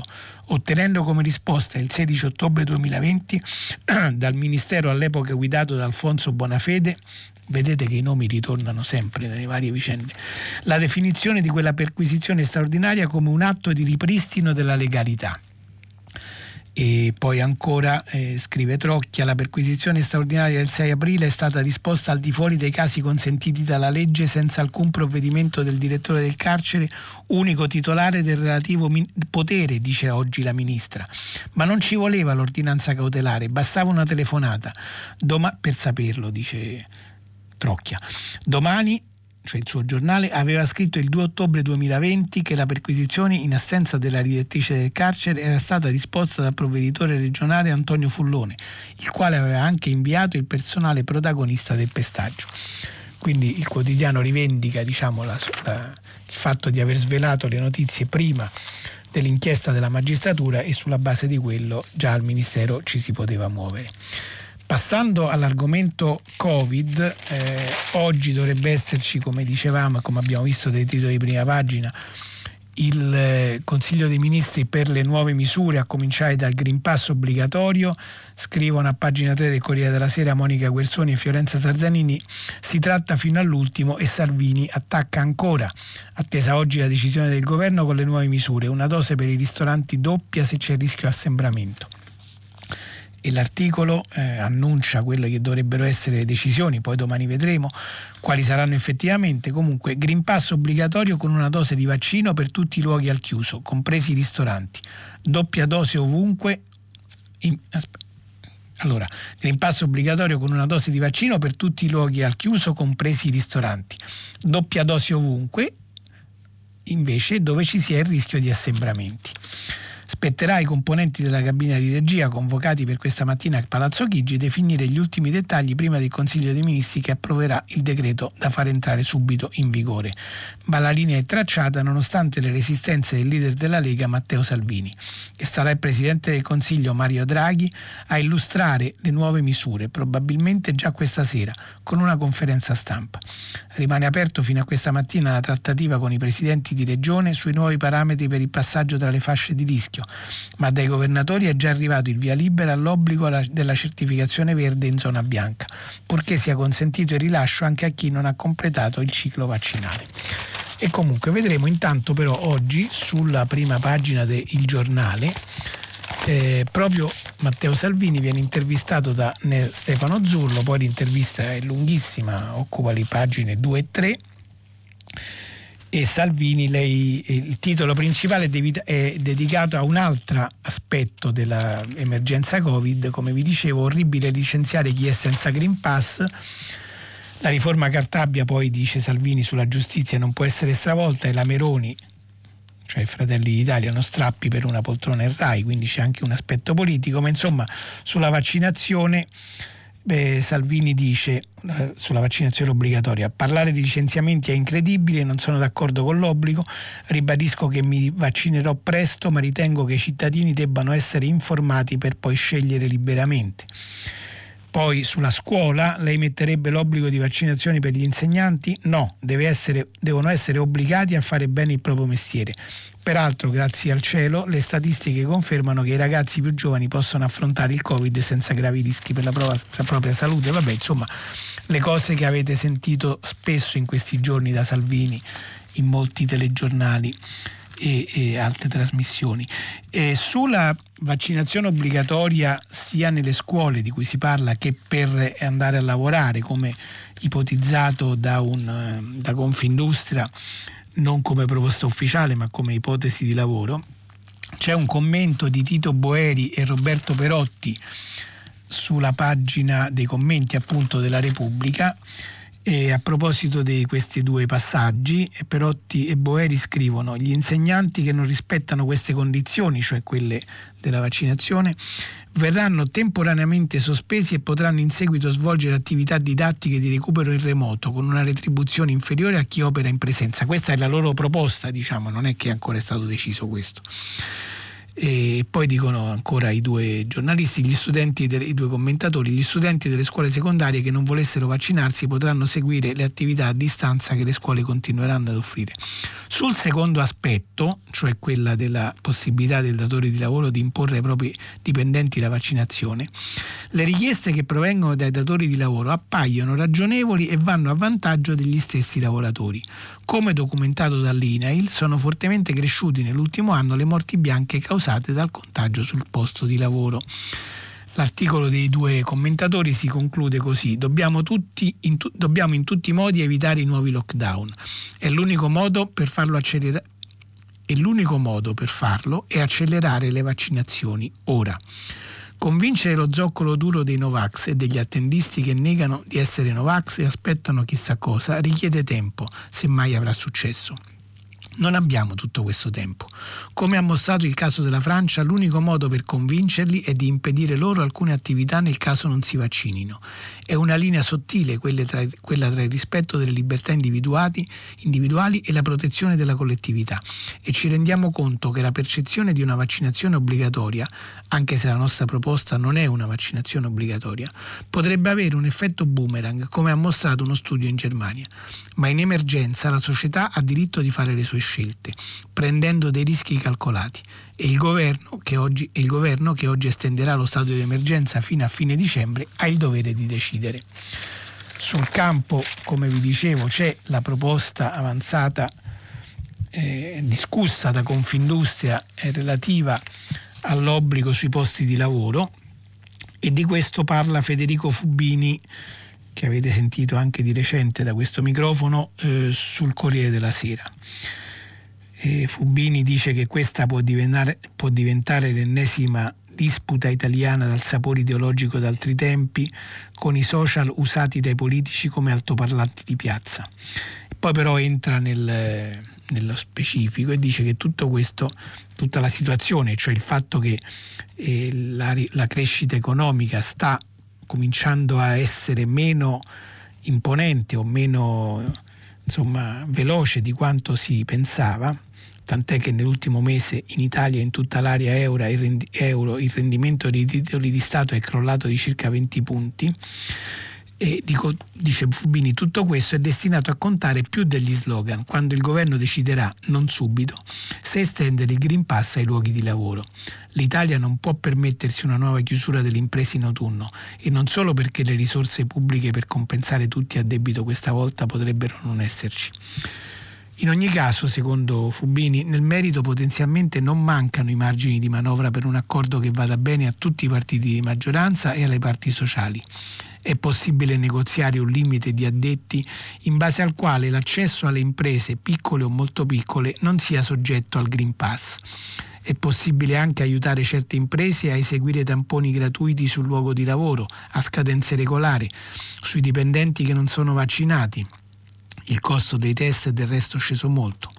ottenendo come risposta il 16 ottobre 2020 dal Ministero all'epoca guidato da Alfonso Bonafede, vedete che i nomi ritornano sempre dalle varie vicende, la definizione di quella perquisizione straordinaria come un atto di ripristino della legalità. E poi ancora scrive Trocchia: la perquisizione straordinaria del 6 aprile è stata disposta al di fuori dei casi consentiti dalla legge, senza alcun provvedimento del direttore del carcere, unico titolare del relativo potere, dice oggi la ministra. Ma non ci voleva l'ordinanza cautelare, bastava una telefonata per saperlo, dice Trocchia. Domani, cioè il suo giornale, aveva scritto il 2 ottobre 2020 che la perquisizione, in assenza della direttrice del carcere, era stata disposta dal provveditore regionale Antonio Fullone, il quale aveva anche inviato il personale protagonista del pestaggio. Quindi il quotidiano rivendica, diciamo, il fatto di aver svelato le notizie prima dell'inchiesta della magistratura, e sulla base di quello già al Ministero ci si poteva muovere. Passando all'argomento Covid, oggi dovrebbe esserci, come dicevamo e come abbiamo visto dai titoli di prima pagina, il Consiglio dei Ministri per le nuove misure, a cominciare dal Green Pass obbligatorio. Scrivono a pagina 3 del Corriere della Sera Monica Guerzoni e Fiorenza Sarzanini: si tratta fino all'ultimo e Salvini attacca ancora. Attesa oggi la decisione del governo con le nuove misure, una dose per i ristoranti doppia se c'è il rischio assembramento. E l'articolo annuncia quelle che dovrebbero essere le decisioni, poi domani vedremo quali saranno effettivamente. Comunque, Green Pass obbligatorio con una dose di vaccino per tutti i luoghi al chiuso, compresi i ristoranti, doppia dose ovunque. Green Pass obbligatorio con una dose di vaccino per tutti i luoghi al chiuso, compresi i ristoranti, doppia dose ovunque invece dove ci sia il rischio di assembramenti. Spetterà ai componenti della cabina di regia convocati per questa mattina a Palazzo Chigi definire gli ultimi dettagli prima del Consiglio dei Ministri, che approverà il decreto da far entrare subito in vigore. Ma la linea è tracciata nonostante le resistenze del leader della Lega Matteo Salvini, e sarà il Presidente del Consiglio Mario Draghi a illustrare le nuove misure, probabilmente già questa sera, con una conferenza stampa. Rimane aperto fino a questa mattina la trattativa con i presidenti di regione sui nuovi parametri per il passaggio tra le fasce di rischio, ma dai governatori è già arrivato il via libera all'obbligo della certificazione verde in zona bianca, purché sia consentito il rilascio anche a chi non ha completato il ciclo vaccinale. E comunque vedremo. Intanto però oggi sulla prima pagina del Giornale proprio Matteo Salvini viene intervistato da Stefano Zurlo. Poi l'intervista è lunghissima, occupa le pagine 2 e 3, e Salvini, il titolo principale è dedicato a un altro aspetto dell'emergenza Covid. Come vi dicevo, orribile licenziare chi è senza Green Pass. La riforma Cartabia, poi dice Salvini, sulla giustizia non può essere stravolta, e la Meroni, cioè Fratelli d'Italia, non strappi per una poltrona in Rai, quindi c'è anche un aspetto politico. Ma insomma, sulla vaccinazione Salvini dice, sulla vaccinazione obbligatoria: parlare di licenziamenti è incredibile, non sono d'accordo con l'obbligo, ribadisco che mi vaccinerò presto, ma ritengo che i cittadini debbano essere informati per poi scegliere liberamente. Poi sulla scuola, lei metterebbe l'obbligo di vaccinazioni per gli insegnanti? No, devono essere obbligati a fare bene il proprio mestiere. Peraltro, grazie al cielo, le statistiche confermano che i ragazzi più giovani possono affrontare il Covid senza gravi rischi per la propria salute. Vabbè, insomma, le cose che avete sentito spesso in questi giorni da Salvini in molti telegiornali e altre trasmissioni. E sulla vaccinazione obbligatoria sia nelle scuole, di cui si parla, che per andare a lavorare, come ipotizzato da Confindustria, non come proposta ufficiale ma come ipotesi di lavoro, c'è un commento di Tito Boeri e Roberto Perotti sulla pagina dei commenti appunto della Repubblica. E a proposito di questi due passaggi, Perotti e Boeri scrivono: gli insegnanti che non rispettano queste condizioni, cioè quelle della vaccinazione, verranno temporaneamente sospesi e potranno in seguito svolgere attività didattiche di recupero in remoto con una retribuzione inferiore a chi opera in presenza. Questa è la loro proposta, diciamo, non è che ancora è stato deciso questo. E poi dicono ancora i due giornalisti, i due commentatori: gli studenti delle scuole secondarie che non volessero vaccinarsi potranno seguire le attività a distanza che le scuole continueranno ad offrire. Sul secondo aspetto, cioè quella della possibilità del datore di lavoro di imporre ai propri dipendenti la vaccinazione, le richieste che provengono dai datori di lavoro appaiono ragionevoli e vanno a vantaggio degli stessi lavoratori. Come documentato dall'INAIL, sono fortemente cresciuti nell'ultimo anno le morti bianche causate dal contagio sul posto di lavoro. L'articolo dei due commentatori si conclude così: dobbiamo in tutti i modi evitare i nuovi lockdown. L'unico modo per farlo è accelerare le vaccinazioni ora. Convincere lo zoccolo duro dei Novax e degli attendisti che negano di essere Novax e aspettano chissà cosa richiede tempo, se mai avrà successo. Non abbiamo tutto questo tempo. Come ha mostrato il caso della Francia, l'unico modo per convincerli è di impedire loro alcune attività nel caso non si vaccinino. È una linea sottile quella tra il rispetto delle libertà individuali e la protezione della collettività, e ci rendiamo conto che la percezione di una vaccinazione obbligatoria, anche se la nostra proposta non è una vaccinazione obbligatoria, potrebbe avere un effetto boomerang, come ha mostrato uno studio in Germania. Ma in emergenza la società ha diritto di fare le sue scelte, prendendo dei rischi calcolati, e il governo che oggi estenderà lo stato di emergenza fino a fine dicembre ha il dovere di decidere. Sul campo, come vi dicevo, c'è la proposta avanzata, discussa da Confindustria, relativa all'obbligo sui posti di lavoro, e di questo parla Federico Fubini, che avete sentito anche di recente da questo microfono sul Corriere della Sera. Fubini dice che questa può diventare l'ennesima disputa italiana dal sapore ideologico d'altri tempi, con i social usati dai politici come altoparlanti di piazza. Poi però entra nello specifico e dice che tutto questo, tutta la situazione, cioè il fatto che la crescita economica sta cominciando a essere meno imponente o meno veloce di quanto si pensava, tant'è che nell'ultimo mese in Italia e in tutta l'area euro il rendimento dei titoli di Stato è crollato di circa 20 punti. E dice Fubini, tutto questo è destinato a contare più degli slogan quando il governo deciderà, non subito, se estendere il Green Pass ai luoghi di lavoro. L'Italia non può permettersi una nuova chiusura delle imprese in autunno, e non solo perché le risorse pubbliche per compensare tutti a debito questa volta potrebbero non esserci. In ogni caso, secondo Fubini, nel merito potenzialmente non mancano i margini di manovra per un accordo che vada bene a tutti i partiti di maggioranza e alle parti sociali. È possibile negoziare un limite di addetti in base al quale l'accesso alle imprese, piccole o molto piccole, non sia soggetto al Green Pass. È possibile anche aiutare certe imprese a eseguire tamponi gratuiti sul luogo di lavoro, a scadenze regolari, sui dipendenti che non sono vaccinati. Il costo dei test è del resto sceso molto.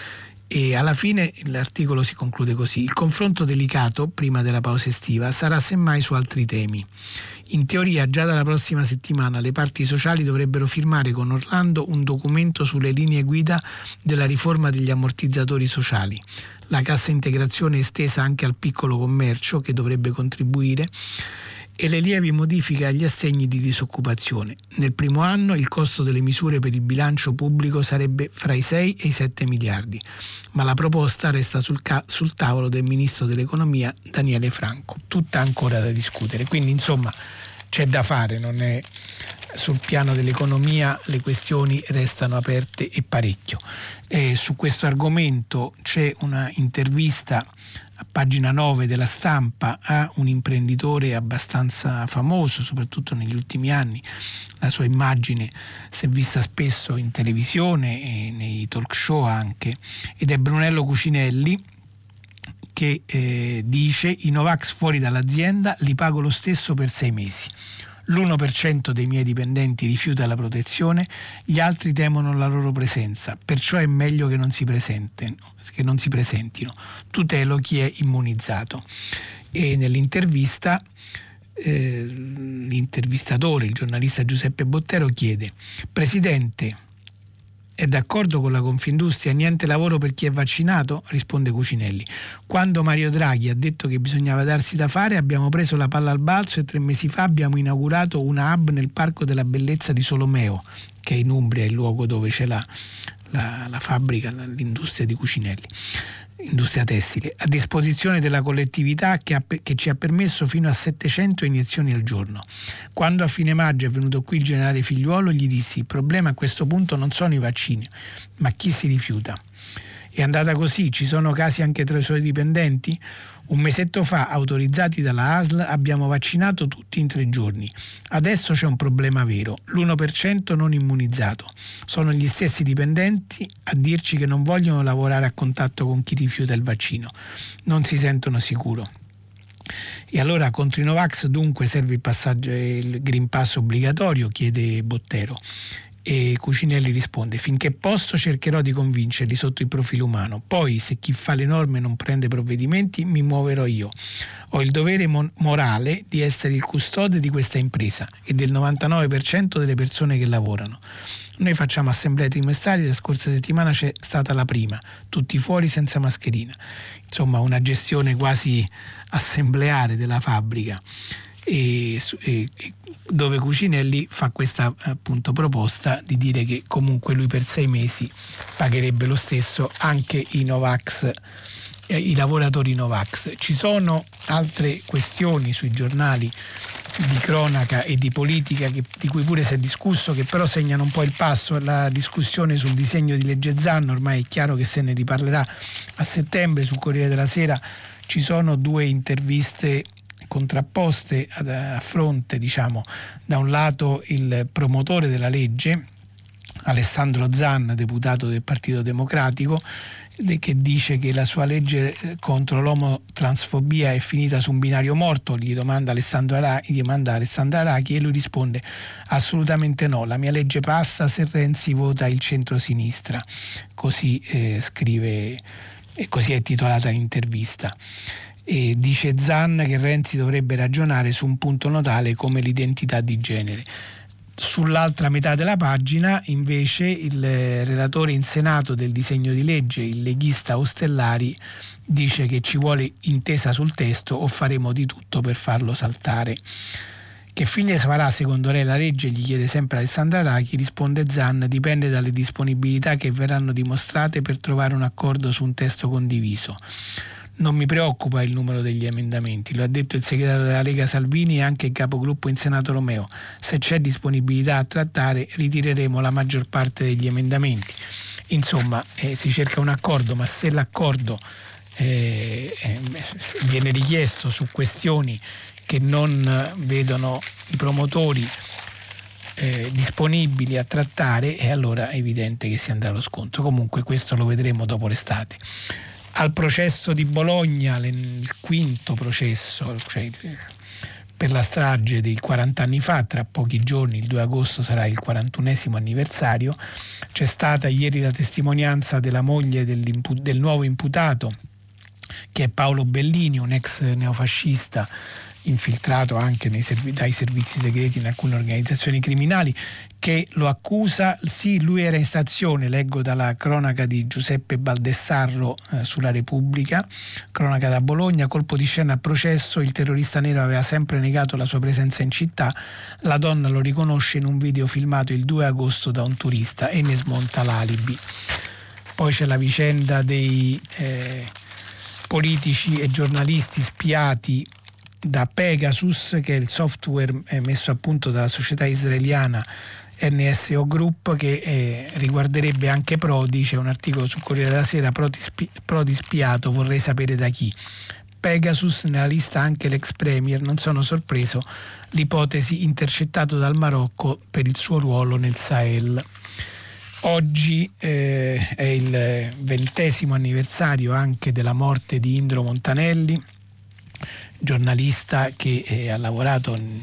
E alla fine l'articolo si conclude così: il confronto delicato, prima della pausa estiva, sarà semmai su altri temi. In teoria, già dalla prossima settimana le parti sociali dovrebbero firmare con Orlando un documento sulle linee guida della riforma degli ammortizzatori sociali. La cassa integrazione estesa anche al piccolo commercio, che dovrebbe contribuire, e le lievi modifiche agli assegni di disoccupazione. Nel primo anno il costo delle misure per il bilancio pubblico sarebbe fra i 6 e i 7 miliardi, ma la proposta resta sul tavolo del ministro dell'economia Daniele Franco, tutta ancora da discutere. Quindi insomma c'è da fare, non è sul piano dell'economia, le questioni restano aperte e parecchio. Su questo argomento c'è una intervista a pagina 9 della Stampa a un imprenditore abbastanza famoso, soprattutto negli ultimi anni. La sua immagine si è vista spesso in televisione e nei talk show anche, ed è Brunello Cucinelli, che dice: i Novax fuori dall'azienda li pago lo stesso per 6 mesi. L'1% dei miei dipendenti rifiuta la protezione, gli altri temono la loro presenza, perciò è meglio che non si presentino. Tutelo chi è immunizzato. E nell'intervista l'intervistatore, il giornalista Giuseppe Bottero, chiede: Presidente, È d'accordo con la Confindustria? Niente lavoro per chi è vaccinato? Risponde Cucinelli. Quando Mario Draghi ha detto che bisognava darsi da fare, abbiamo preso la palla al balzo e 3 mesi fa abbiamo inaugurato una hub nel Parco della Bellezza di Solomeo, che è in Umbria, il luogo dove c'è la fabbrica, l'industria di Cucinelli, industria tessile, a disposizione della collettività che ci ha permesso fino a 700 iniezioni al giorno. Quando a fine maggio è venuto qui il generale Figliuolo, gli dissi: il problema a questo punto non sono i vaccini, ma chi si rifiuta. È andata così, ci sono casi anche tra i suoi dipendenti? Un mesetto fa, autorizzati dalla ASL, abbiamo vaccinato tutti in 3 giorni. Adesso c'è un problema vero, l'1% non immunizzato. Sono gli stessi dipendenti a dirci che non vogliono lavorare a contatto con chi rifiuta il vaccino. Non si sentono sicuro. E allora contro i Novax dunque serve il Green Pass obbligatorio, chiede Bottero. E Cucinelli risponde: finché posso cercherò di convincerli sotto il profilo umano, poi se chi fa le norme non prende provvedimenti mi muoverò io. Ho il dovere morale di essere il custode di questa impresa e del 99% delle persone che lavorano. Noi facciamo assemblee trimestrali, la scorsa settimana c'è stata la prima, tutti fuori senza mascherina. Insomma, una gestione quasi assembleare della fabbrica. E dove Cucinelli fa questa appunto proposta di dire che comunque lui per 6 mesi pagherebbe lo stesso anche i Novax, i lavoratori Novax. Ci sono altre questioni sui giornali di cronaca e di politica di cui pure si è discusso, che però segnano un po' il passo. La discussione sul disegno di legge Zan, ormai è chiaro che se ne riparlerà a settembre. Sul Corriere della Sera ci sono 2 interviste contrapposte a fronte, diciamo, da un lato il promotore della legge Alessandro Zan, deputato del Partito Democratico, che dice che la sua legge contro l'omotransfobia è finita su un binario morto. Gli domanda Alessandro Arachi e lui risponde: assolutamente no, la mia legge passa se Renzi vota il centro-sinistra. Così scrive, e così è titolata l'intervista. E dice Zan che Renzi dovrebbe ragionare su un punto nodale come l'identità di genere. Sull'altra metà della pagina invece il relatore in Senato del disegno di legge, il leghista Ostellari, dice che ci vuole intesa sul testo o faremo di tutto per farlo saltare. Che fine farà secondo lei la legge? Gli chiede sempre Alessandra Arachi. Risponde Zan: dipende dalle disponibilità che verranno dimostrate per trovare un accordo su un testo condiviso. Non mi preoccupa il numero degli emendamenti, lo ha detto il segretario della Lega Salvini e anche il capogruppo in Senato Romeo. Se c'è disponibilità a trattare, ritireremo la maggior parte degli emendamenti. Insomma, si cerca un accordo, ma se l'accordo viene richiesto su questioni che non vedono i promotori disponibili a trattare, e allora è evidente che si andrà allo scontro. Comunque questo lo vedremo dopo l'estate. Al processo di Bologna, il 5° processo, cioè per la strage dei 40 anni fa, tra pochi giorni, il 2 agosto, sarà il 41esimo anniversario. C'è stata ieri la testimonianza della moglie del nuovo imputato, che è Paolo Bellini, un ex neofascista infiltrato anche dai servizi segreti in alcune organizzazioni criminali, che lo accusa. Sì, lui era in stazione, leggo dalla cronaca di Giuseppe Baldessarro sulla Repubblica, cronaca da Bologna, colpo di scena al processo, il terrorista nero aveva sempre negato la sua presenza in città, la donna lo riconosce in un video filmato il 2 agosto da un turista e ne smonta l'alibi. Poi c'è la vicenda dei politici e giornalisti spiati da Pegasus, che è il software messo a punto dalla società israeliana NSO Group, che riguarderebbe anche Prodi. C'è un articolo sul Corriere della Sera: Prodi spiato, vorrei sapere da chi. Pegasus, nella lista anche l'ex premier, non sono sorpreso, l'ipotesi intercettato dal Marocco per il suo ruolo nel Sahel. Oggi è il 20° anniversario anche della morte di Indro Montanelli, giornalista che ha lavorato in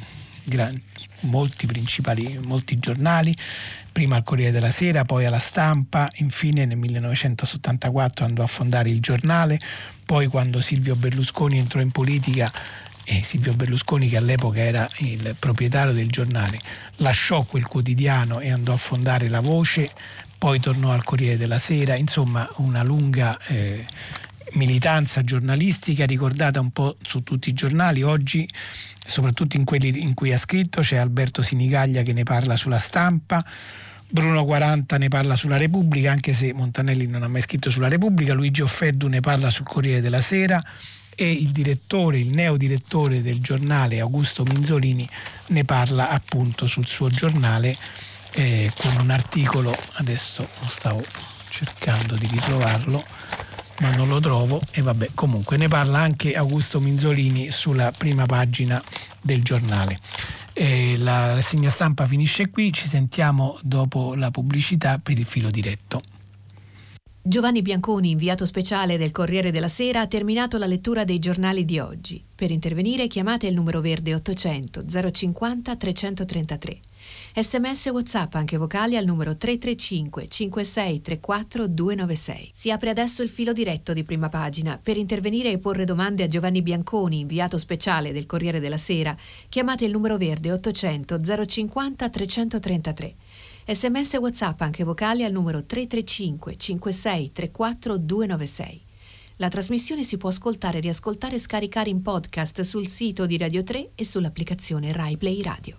molti giornali, prima al Corriere della Sera, poi alla Stampa, infine nel 1974 andò a fondare Il Giornale, poi quando Silvio Berlusconi entrò in politica, Silvio Berlusconi, che all'epoca era il proprietario del Giornale, lasciò quel quotidiano e andò a fondare La Voce, poi tornò al Corriere della Sera, insomma una lunga militanza giornalistica ricordata un po' su tutti i giornali. Oggi, soprattutto in quelli in cui ha scritto, c'è Alberto Sinigaglia che ne parla sulla Stampa, Bruno Quaranta ne parla sulla Repubblica, anche se Montanelli non ha mai scritto sulla Repubblica, Luigi Offeddu ne parla sul Corriere della Sera e il neodirettore del giornale Augusto Minzolini ne parla appunto sul suo giornale con un articolo, adesso stavo cercando di ritrovarlo ma non lo trovo, e vabbè, comunque ne parla anche Augusto Minzolini sulla prima pagina del giornale. La rassegna stampa finisce qui, ci sentiamo dopo la pubblicità per il filo diretto. Giovanni Bianconi, inviato speciale del Corriere della Sera, ha terminato la lettura dei giornali di oggi. Per intervenire chiamate il numero verde 800 050 333. SMS WhatsApp anche vocali al numero 335 5634 296. Si apre adesso il filo diretto di Prima Pagina. Per intervenire e porre domande a Giovanni Bianconi, inviato speciale del Corriere della Sera, chiamate il numero verde 800 050 333. SMS WhatsApp anche vocali al numero 335 5634 296. La trasmissione si può ascoltare, riascoltare e scaricare in podcast sul sito di Radio 3 e sull'applicazione Rai Play Radio.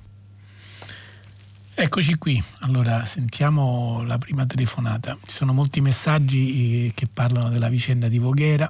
Eccoci qui, allora sentiamo la prima telefonata. Ci sono molti messaggi che parlano della vicenda di Voghera,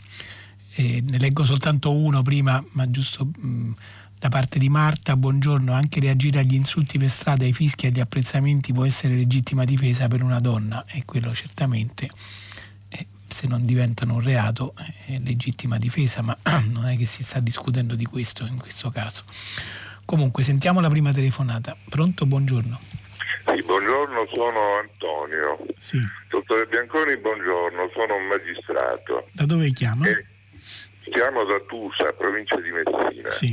ne leggo soltanto uno prima, ma giusto da parte di Marta. Buongiorno, anche reagire agli insulti per strada, ai fischi e agli apprezzamenti può essere legittima difesa per una donna, e quello certamente, se non diventano un reato, è legittima difesa, ma non è che si sta discutendo di questo in questo caso. Comunque sentiamo la prima telefonata. Pronto? Buongiorno. Sì, buongiorno, sono Antonio. Sì. Dottore Bianconi, buongiorno, sono un magistrato. Da dove chiama? Chiamo da Tusa, provincia di Messina. Sì.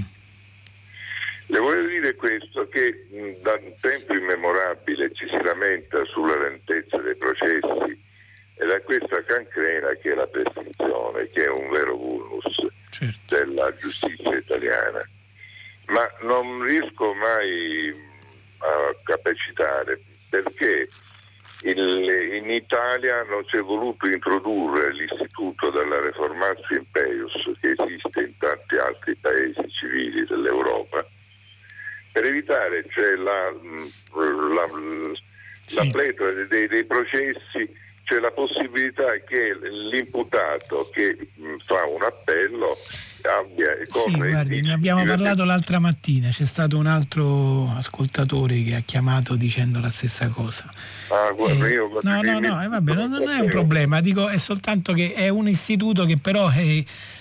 Le voglio dire questo, che da un tempo immemorabile ci si lamenta sulla lentezza dei processi e da questa cancrena che è la prescrizione, che è un vero vulnus della giustizia italiana. Ma non riesco mai a capacitare perché in Italia non si è voluto introdurre l'istituto della reformatio impeius che esiste in tanti altri paesi civili dell'Europa, per evitare la pletora dei processi. C'è la possibilità che l'imputato che fa un appello abbia... Sì, guardi, ne abbiamo parlato l'altra mattina, c'è stato un altro ascoltatore che ha chiamato dicendo la stessa cosa. Guarda, vabbè, non è un problema, dico, è soltanto che è un istituto che però è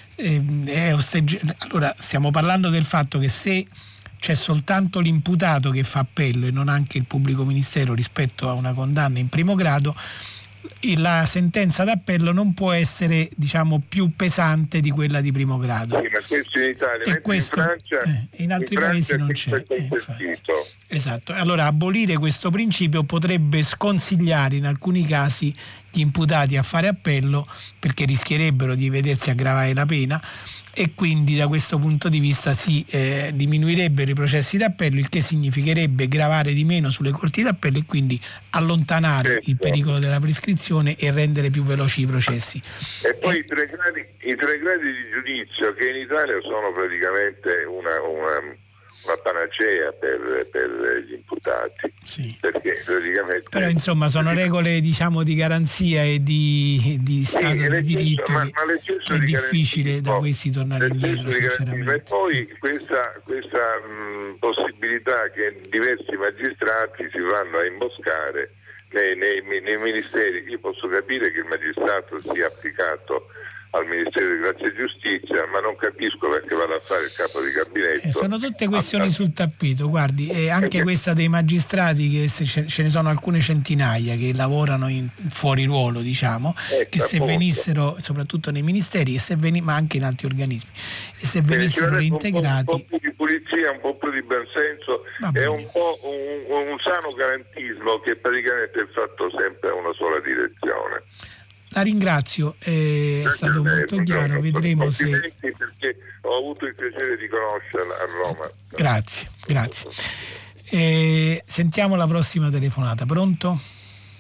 allora stiamo parlando del fatto che se c'è soltanto l'imputato che fa appello e non anche il pubblico ministero rispetto a una condanna in primo grado, la sentenza d'appello non può essere, diciamo, più pesante di quella di primo grado. Sì, ma questo in Italia, e questo, in Francia, in altri paesi non c'è. Esatto. Allora abolire questo principio potrebbe sconsigliare in alcuni casi gli imputati a fare appello, perché rischierebbero di vedersi aggravare la pena, e quindi da questo punto di vista si diminuirebbero i processi d'appello, il che significherebbe gravare di meno sulle corti d'appello e quindi allontanare il pericolo della prescrizione e rendere più veloci i processi. E poi i tre gradi di giudizio, che in Italia sono praticamente una panacea per gli imputati. Sì. Perché praticamente... Però insomma sono regole, diciamo, di garanzia e di Stato di diritto, ma è difficile da questi tornare indietro, sinceramente. E poi questa possibilità che diversi magistrati si vanno a imboscare nei ministeri. Io posso capire che il magistrato sia applicato al Ministero di Grazia e Giustizia, ma non capisco perché vada a fare il capo di gabinetto. Sono tutte questioni sul tappeto, guardi, anche questa dei magistrati, che ce ne sono alcune centinaia che lavorano fuori ruolo, diciamo, che se venissero, soprattutto nei ministeri, ma anche in altri organismi, e se venissero reintegrati... Un po' più di pulizia, un po' più di buonsenso e un po' un sano garantismo che praticamente è fatto sempre a una sola direzione. La ringrazio, è stato molto chiaro, vedremo se... Perché ho avuto il piacere di conoscerla a Roma. Grazie. Sentiamo la prossima telefonata, pronto?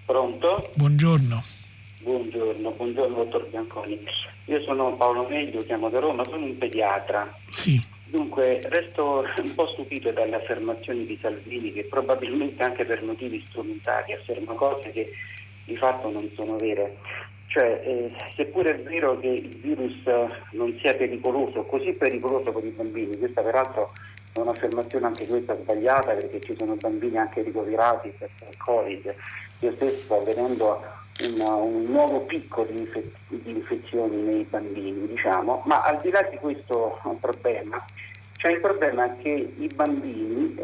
Pronto? Buongiorno. Buongiorno dottor Bianconi. Io sono Paolo Meglio, chiamo da Roma, sono un pediatra. Sì. Dunque, resto un po' stupito dalle affermazioni di Salvini, che probabilmente anche per motivi strumentali afferma cose che di fatto non sono vere. Cioè, seppure è vero che il virus non sia pericoloso, così pericoloso per i bambini, questa peraltro è un'affermazione anche questa sbagliata, perché ci sono bambini anche ricoverati per il Covid. Io stesso sto vedendo un nuovo picco di infezioni nei bambini, diciamo, ma al di là di questo problema, c'è il problema che i bambini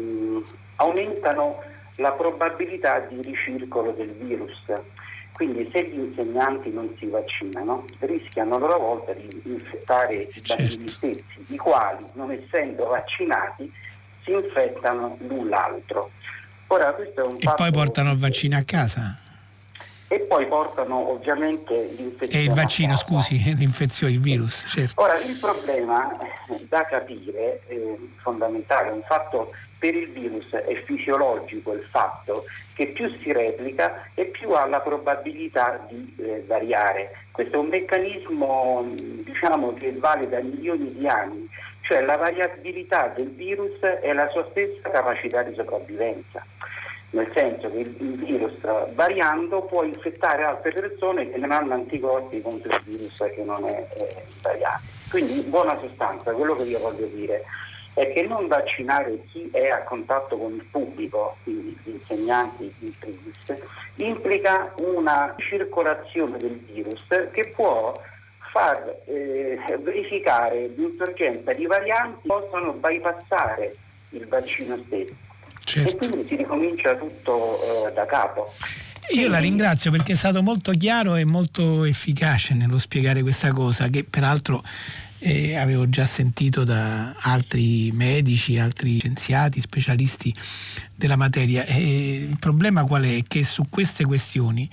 aumentano la probabilità di ricircolo del virus. Quindi se gli insegnanti non si vaccinano, rischiano a loro volta di infettare i bambini stessi, i quali, non essendo vaccinati, si infettano l'un l'altro. Ora, questo è un fatto. Poi portano il vaccino a casa? E poi portano ovviamente l'infezione. E il vaccino, scusi, l'infezione, il virus, certo. Ora, il problema da capire, fondamentale, un fatto per il virus è fisiologico, il fatto che più si replica e più ha la probabilità di variare. Questo è un meccanismo, diciamo, che vale da milioni di anni, cioè la variabilità del virus è la sua stessa capacità di sopravvivenza. Nel senso che il virus, variando, può infettare altre persone che non hanno anticorpi contro il virus che non è variato. Quindi, in buona sostanza, quello che io voglio dire è che non vaccinare chi è a contatto con il pubblico, quindi gli insegnanti in primis, implica una circolazione del virus che può far verificare l'insorgenza di varianti che possono bypassare il vaccino stesso. Certo. E quindi si ricomincia tutto da capo. Io la ringrazio perché è stato molto chiaro e molto efficace nello spiegare questa cosa, che peraltro avevo già sentito da altri medici, altri scienziati, specialisti della materia. E il problema qual è? Che su queste questioni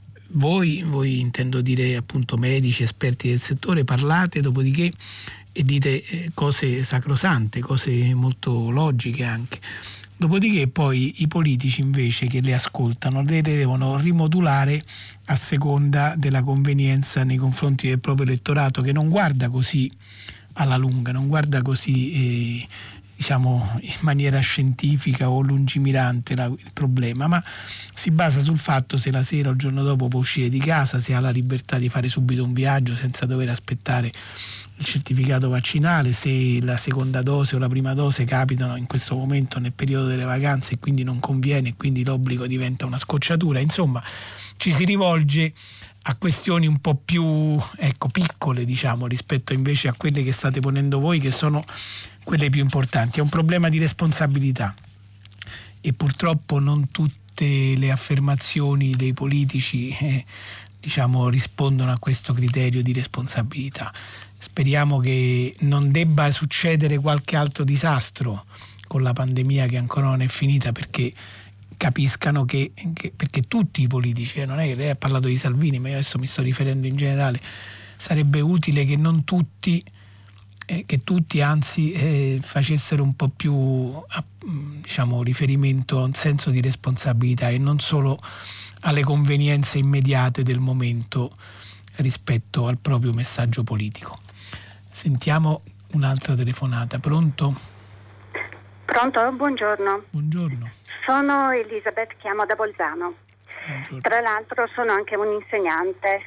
voi intendo dire appunto medici, esperti del settore, parlate, dopodiché e dite cose sacrosante, cose molto logiche anche. Dopodiché poi i politici invece che le ascoltano le devono rimodulare a seconda della convenienza nei confronti del proprio elettorato, che non guarda così alla lunga, non guarda così diciamo in maniera scientifica o lungimirante il problema, ma si basa sul fatto se la sera o il giorno dopo può uscire di casa, se ha la libertà di fare subito un viaggio senza dover aspettare il certificato vaccinale, se la seconda dose o la prima dose capitano in questo momento nel periodo delle vacanze e quindi non conviene e quindi l'obbligo diventa una scocciatura. Insomma, ci si rivolge a questioni un po' più piccole, diciamo, rispetto invece a quelle che state ponendo voi, che sono quelle più importanti. È un problema di responsabilità e purtroppo non tutte le affermazioni dei politici rispondono a questo criterio di responsabilità. Speriamo che non debba succedere qualche altro disastro con la pandemia che ancora non è finita, perché capiscano che perché tutti i politici, non è che lei ha parlato di Salvini, ma io adesso mi sto riferendo in generale, sarebbe utile che non tutti che tutti anzi facessero un po' più riferimento a un senso di responsabilità e non solo alle convenienze immediate del momento rispetto al proprio messaggio politico. Sentiamo un'altra telefonata. Pronto? Pronto? Buongiorno. Buongiorno. Sono Elisabeth, chiamo da Bolzano. Buongiorno. Tra l'altro sono anche un'insegnante.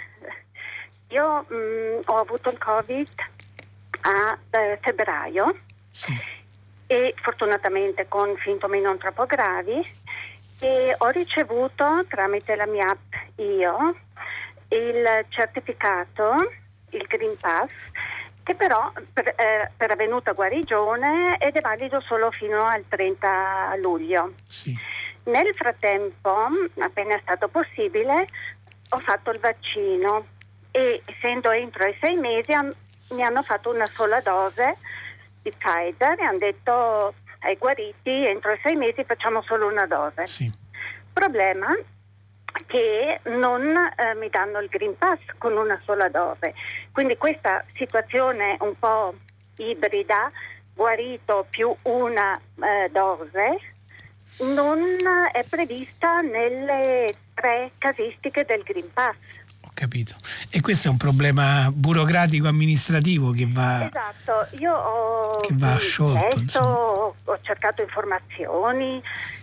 Io ho avuto il Covid a febbraio, sì, e fortunatamente con sintomi non troppo gravi, e ho ricevuto tramite la mia app io il certificato, il Green Pass, che però per avvenuta guarigione ed è valido solo fino al 30 luglio. sì. Nel frattempo, appena è stato possibile, ho fatto il vaccino e essendo entro i 6 mesi mi hanno fatto una sola dose di Pfizer e hanno detto ai guariti entro i 6 mesi facciamo solo una dose. Sì. Problema che non mi danno il Green Pass con una sola dose. Quindi questa situazione un po' ibrida, guarito più una dose, non è prevista nelle 3 casistiche del Green Pass. Ho capito. E questo è un problema burocratico amministrativo che va, esatto, io ho che va sciolto, letto, ho cercato informazioni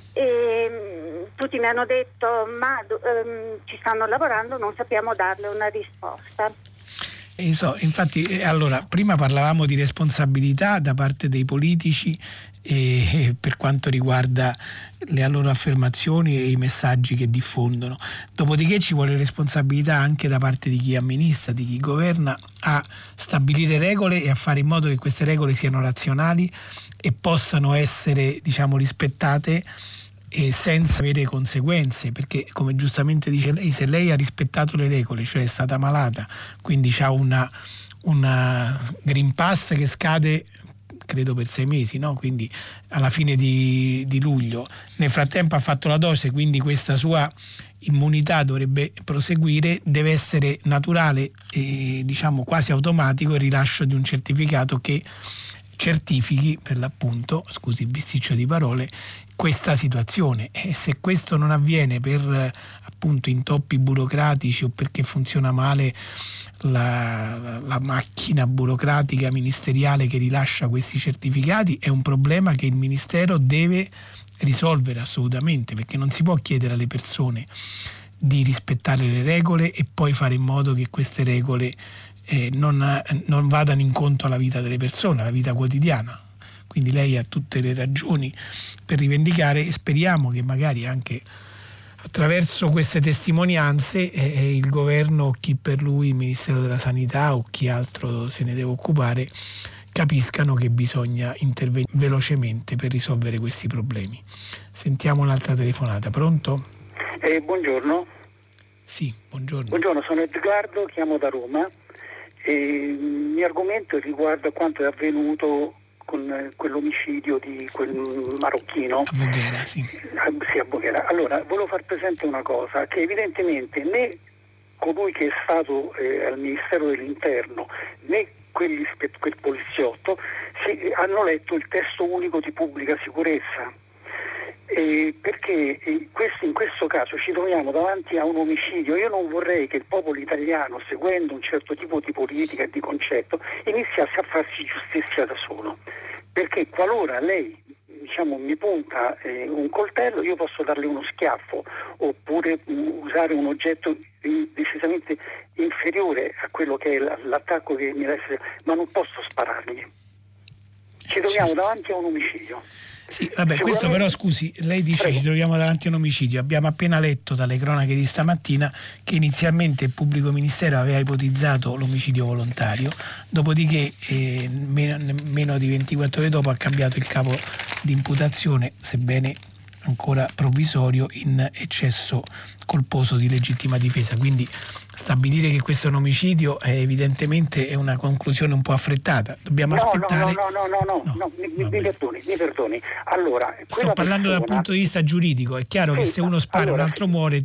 e tutti mi hanno detto ma ci stanno lavorando, non sappiamo darle una risposta. Infatti, allora, prima parlavamo di responsabilità da parte dei politici per quanto riguarda le loro affermazioni e i messaggi che diffondono. Dopodiché ci vuole responsabilità anche da parte di chi amministra, di chi governa, a stabilire regole e a fare in modo che queste regole siano razionali e possano essere, rispettate senza avere conseguenze, perché come giustamente dice lei, se lei ha rispettato le regole, cioè è stata malata, quindi ha una Green Pass che scade credo per 6 mesi, no? Quindi alla fine di luglio, nel frattempo ha fatto la dose, quindi questa sua immunità dovrebbe proseguire, deve essere naturale e quasi automatico il rilascio di un certificato che certifichi, per l'appunto, scusi il bisticcio di parole, questa situazione. E se questo non avviene per appunto intoppi burocratici o perché funziona male la macchina burocratica ministeriale che rilascia questi certificati, è un problema che il Ministero deve risolvere assolutamente, perché non si può chiedere alle persone di rispettare le regole e poi fare in modo che queste regole non vadano incontro alla vita delle persone, alla vita quotidiana. Quindi lei ha tutte le ragioni per rivendicare e speriamo che magari anche attraverso queste testimonianze il governo, chi per lui, il Ministero della Sanità o chi altro se ne deve occupare, capiscano che bisogna intervenire velocemente per risolvere questi problemi. Sentiamo un'altra telefonata. Pronto? Buongiorno. Sì, buongiorno. Buongiorno, sono Edgardo, chiamo da Roma. Il mio argomento riguarda quanto è avvenuto con quell'omicidio di quel marocchino. A Voghera, sì. Sì, a Voghera. Allora, volevo far presente una cosa, che evidentemente né colui che è stato al Ministero dell'Interno né quel poliziotto hanno letto il testo unico di pubblica sicurezza. Perché in questo caso ci troviamo davanti a un omicidio. Io non vorrei che il popolo italiano, seguendo un certo tipo di politica e di concetto, iniziasse a farsi giustizia da solo, perché qualora lei mi punta un coltello, io posso darle uno schiaffo oppure usare un oggetto decisamente inferiore a quello che è l'attacco che mi deve essere, ma non posso sparargli. Ci troviamo davanti a un omicidio. Sì, vabbè, questo però, scusi, lei dice Prego. Ci troviamo davanti a un omicidio. Abbiamo appena letto dalle cronache di stamattina che inizialmente il pubblico ministero aveva ipotizzato l'omicidio volontario, dopodiché meno di 24 ore dopo ha cambiato il capo di imputazione, sebbene ancora provvisorio, in eccesso colposo di legittima difesa. Quindi stabilire che questo è un omicidio evidentemente è una conclusione un po' affrettata. Dobbiamo aspettare. No, mi perdoni. Allora, sto parlando dal punto di vista giuridico. È chiaro che se uno spara un altro muore,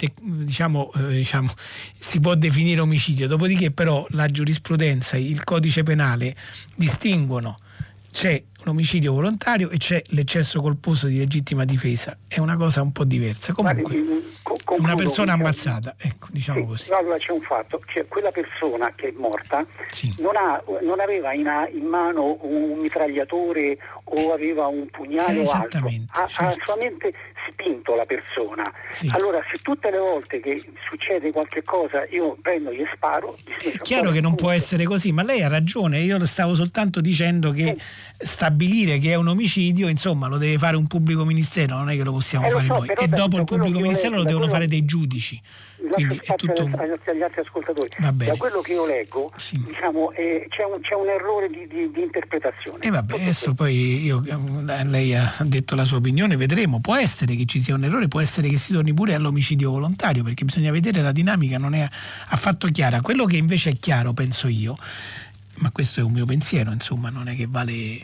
si può definire omicidio. Dopodiché però la giurisprudenza, il codice penale distinguono. C'è un omicidio volontario e c'è l'eccesso colposo di legittima difesa. È una cosa un po' diversa. Comunque, una persona ammazzata, così. Allora c'è un fatto, cioè quella persona che è morta non aveva in mano un mitragliatore o aveva un pugnale o altro. Ha solamente spinto la persona. Sì. Allora, se tutte le volte che succede qualche cosa io prendo e gli sparo, è chiaro che non può essere così, ma lei ha ragione. Io lo stavo soltanto dicendo che stabilire che è un omicidio, insomma, lo deve fare un pubblico ministero, non è che lo possiamo fare noi. E dopo il pubblico ministero lo devono fare dei giudici. Quindi è tutto agli altri ascoltatori. Da quello che io leggo, c'è un errore di interpretazione. E vabbè, adesso poi lei ha detto la sua opinione, vedremo. Può essere che ci sia un errore, può essere che si torni pure all'omicidio volontario, perché bisogna vedere, la dinamica non è affatto chiara. Quello che invece è chiaro, penso io, ma questo è un mio pensiero, insomma, non è che vale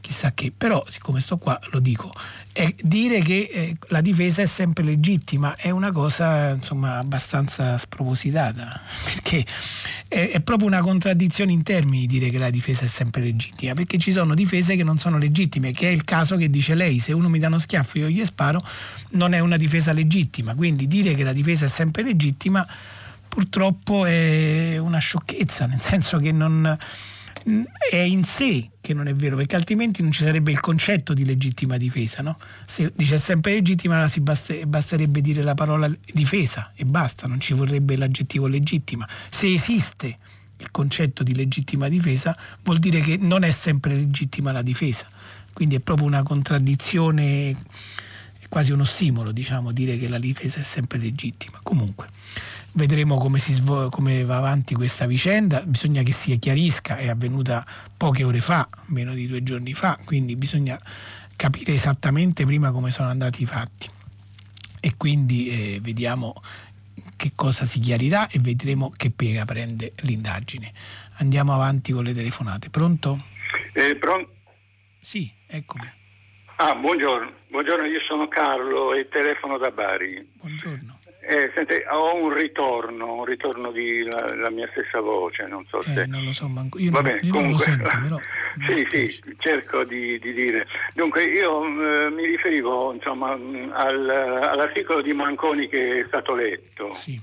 chissà che, però siccome sto qua lo dico. Dire che la difesa è sempre legittima è una cosa insomma abbastanza spropositata, perché è proprio una contraddizione in termini dire che la difesa è sempre legittima, perché ci sono difese che non sono legittime, che è il caso che dice lei: se uno mi dà uno schiaffo io gli sparo, non è una difesa legittima. Quindi dire che la difesa è sempre legittima purtroppo è una sciocchezza, nel senso che non è in sé che non è vero, perché altrimenti non ci sarebbe il concetto di legittima difesa, no? Se dice sempre legittima basterebbe dire la parola difesa e basta, non ci vorrebbe l'aggettivo legittima. Se esiste il concetto di legittima difesa vuol dire che non è sempre legittima la difesa, quindi è proprio una contraddizione, è quasi un ossimoro, diciamo, dire che la difesa è sempre legittima. Comunque vedremo come va avanti questa vicenda, bisogna che si chiarisca, è avvenuta poche ore fa, meno di 2 giorni fa, quindi bisogna capire esattamente prima come sono andati i fatti e quindi vediamo che cosa si chiarirà e vedremo che piega prende l'indagine. Andiamo avanti con le telefonate. Pronto? Pronto? Sì, eccomi. Buongiorno, io sono Carlo e telefono da Bari. Buongiorno. Senti, ho un ritorno di la mia stessa voce, non so se... Non lo so manco, io, Vabbè, io comunque, non lo sento, però... sì, cerco di dire. Dunque, io mi riferivo, insomma, all'articolo di Manconi che è stato letto. Sì.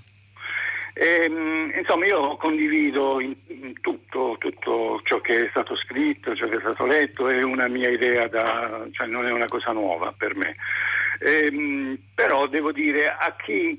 Insomma, io condivido in tutto ciò che è stato scritto, ciò che è stato letto, è una mia idea, cioè non è una cosa nuova per me. Però devo dire a chi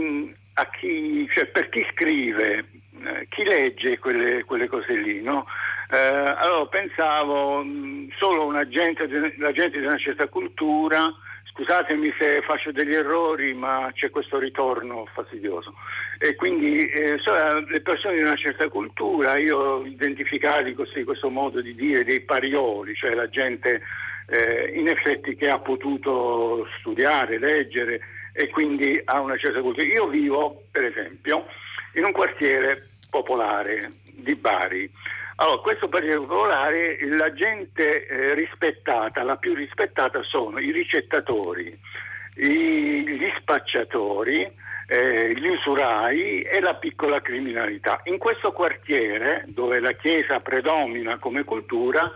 cioè per chi scrive, chi legge quelle cose lì, no? Allora pensavo solo la gente di una certa cultura, scusatemi se faccio degli errori, ma c'è questo ritorno fastidioso, e quindi solo le persone di una certa cultura, io identificati così, questo modo di dire dei parioli, cioè la gente in effetti che ha potuto studiare, leggere e quindi ha una certa cultura. Io vivo, per esempio, in un quartiere popolare di Bari. Allora, questo quartiere popolare, la gente rispettata, la più rispettata sono i ricettatori, gli spacciatori, gli usurai e la piccola criminalità. In questo quartiere, dove la Chiesa predomina come cultura,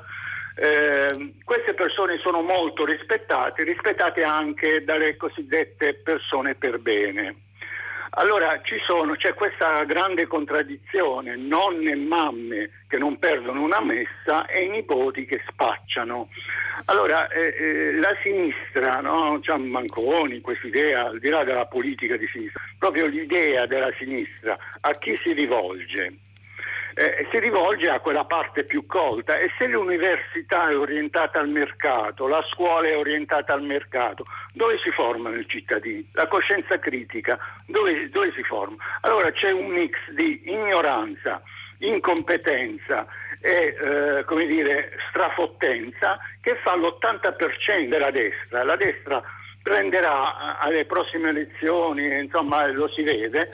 queste persone sono molto rispettate anche dalle cosiddette persone per bene. Allora c'è questa grande contraddizione: nonne e mamme che non perdono una messa e i nipoti che spacciano. Allora la sinistra, no? C'è Manconi, questa idea, al di là della politica di sinistra, proprio l'idea della sinistra a chi si rivolge? Si rivolge a quella parte più colta, e se l'università è orientata al mercato, la scuola è orientata al mercato, dove si formano i cittadini? La coscienza critica dove si forma? Allora c'è un mix di ignoranza, incompetenza e strafottenza che fa l'80% della destra. La destra prenderà alle prossime elezioni, insomma lo si vede,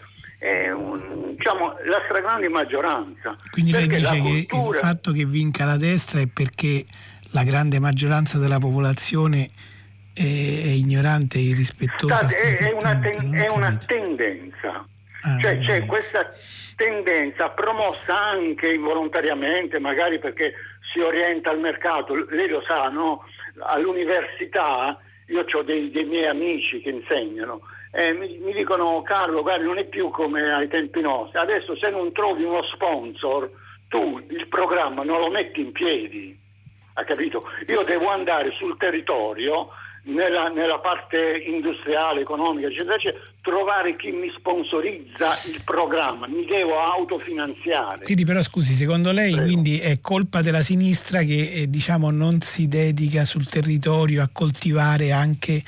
la stragrande maggioranza. Quindi lei dice che il fatto che vinca la destra è perché la grande maggioranza della popolazione è ignorante, irrispettosa, è una tendenza. Cioè c'è questa tendenza promossa anche involontariamente, magari perché si orienta al mercato. Lei lo sa, no? All'università io ho dei miei amici che insegnano. Mi dicono: Carlo, guarda, non è più come ai tempi nostri, adesso se non trovi uno sponsor tu il programma non lo metti in piedi, ha capito? Io devo andare sul territorio, nella parte industriale, economica, eccetera, trovare chi mi sponsorizza il programma, mi devo autofinanziare. Quindi però scusi, secondo lei quindi è colpa della sinistra che non si dedica sul territorio a coltivare anche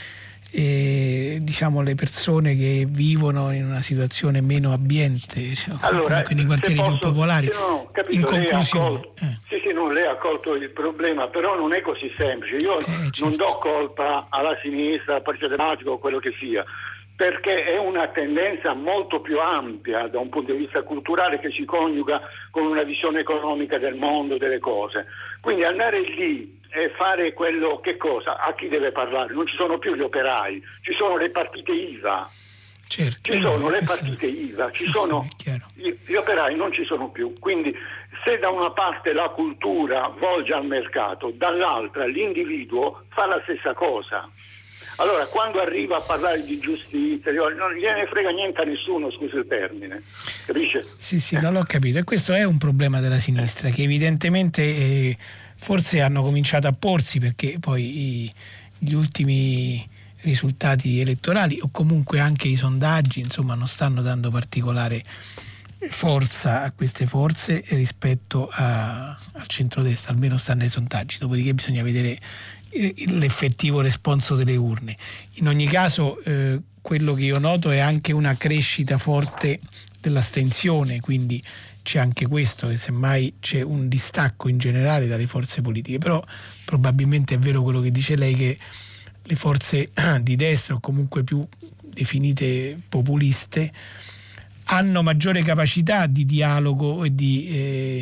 le persone che vivono in una situazione meno abbiente, allora, nei quartieri più popolari. In conclusione, lei ha colto il problema, però non è così semplice. Io non do colpa alla sinistra, al Partito Democratico o quello che sia. perché è una tendenza molto più ampia da un punto di vista culturale, che si coniuga con una visione economica del mondo, delle cose. Quindi andare lì e fare quello, che cosa? A chi deve parlare? Non ci sono più gli operai, ci sono le partite IVA. Certo, ci sono le partite IVA, ci sono gli operai, non ci sono più. Quindi se da una parte la cultura volge al mercato, dall'altra l'individuo fa la stessa cosa. Allora, quando arriva a parlare di giustizia, non gliene frega niente a nessuno, scusi il termine, capisce? Sì, non l'ho capito. E questo è un problema della sinistra, che evidentemente forse hanno cominciato a porsi, perché poi gli ultimi risultati elettorali, o comunque anche i sondaggi, insomma, non stanno dando particolare forza a queste forze rispetto al centrodestra, almeno stanno ai sondaggi. Dopodiché bisogna vedere l'effettivo responso delle urne. In ogni caso quello che io noto è anche una crescita forte dell'astensione, quindi c'è anche questo, che semmai c'è un distacco in generale dalle forze politiche, però probabilmente è vero quello che dice lei, che le forze di destra, o comunque più definite populiste, hanno maggiore capacità di dialogo e di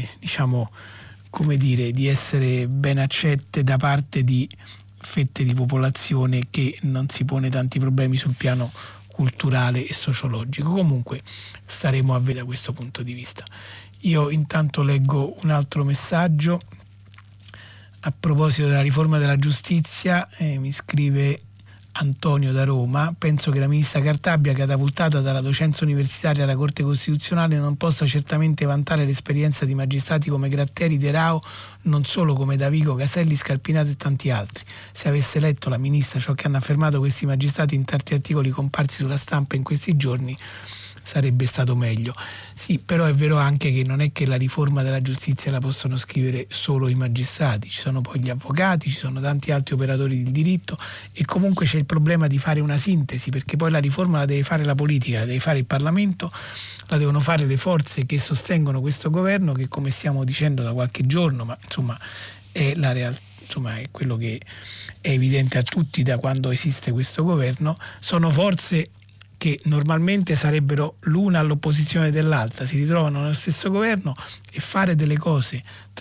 di essere ben accette da parte di fette di popolazione che non si pone tanti problemi sul piano culturale e sociologico. Comunque staremo a vedere da questo punto di vista. Io intanto leggo un altro messaggio a proposito della riforma della giustizia. Mi scrive Antonio da Roma: penso che la ministra Cartabia, catapultata dalla docenza universitaria alla Corte Costituzionale, non possa certamente vantare l'esperienza di magistrati come Gratteri, De Rao, non solo come Davigo, Caselli, Scarpinato e tanti altri. Se avesse letto la ministra ciò che hanno affermato questi magistrati in tanti articoli comparsi sulla stampa in questi giorni, sarebbe stato meglio. Sì, però è vero anche che non è che la riforma della giustizia la possono scrivere solo i magistrati, ci sono poi gli avvocati, ci sono tanti altri operatori del diritto, e comunque c'è il problema di fare una sintesi, perché poi la riforma la deve fare la politica, la deve fare il Parlamento, la devono fare le forze che sostengono questo governo, che, come stiamo dicendo da qualche giorno, ma insomma è la realtà, insomma è quello che è evidente a tutti da quando esiste questo governo. Sono forze che normalmente sarebbero l'una all'opposizione dell'altra, si ritrovano nello stesso governo, e fare delle cose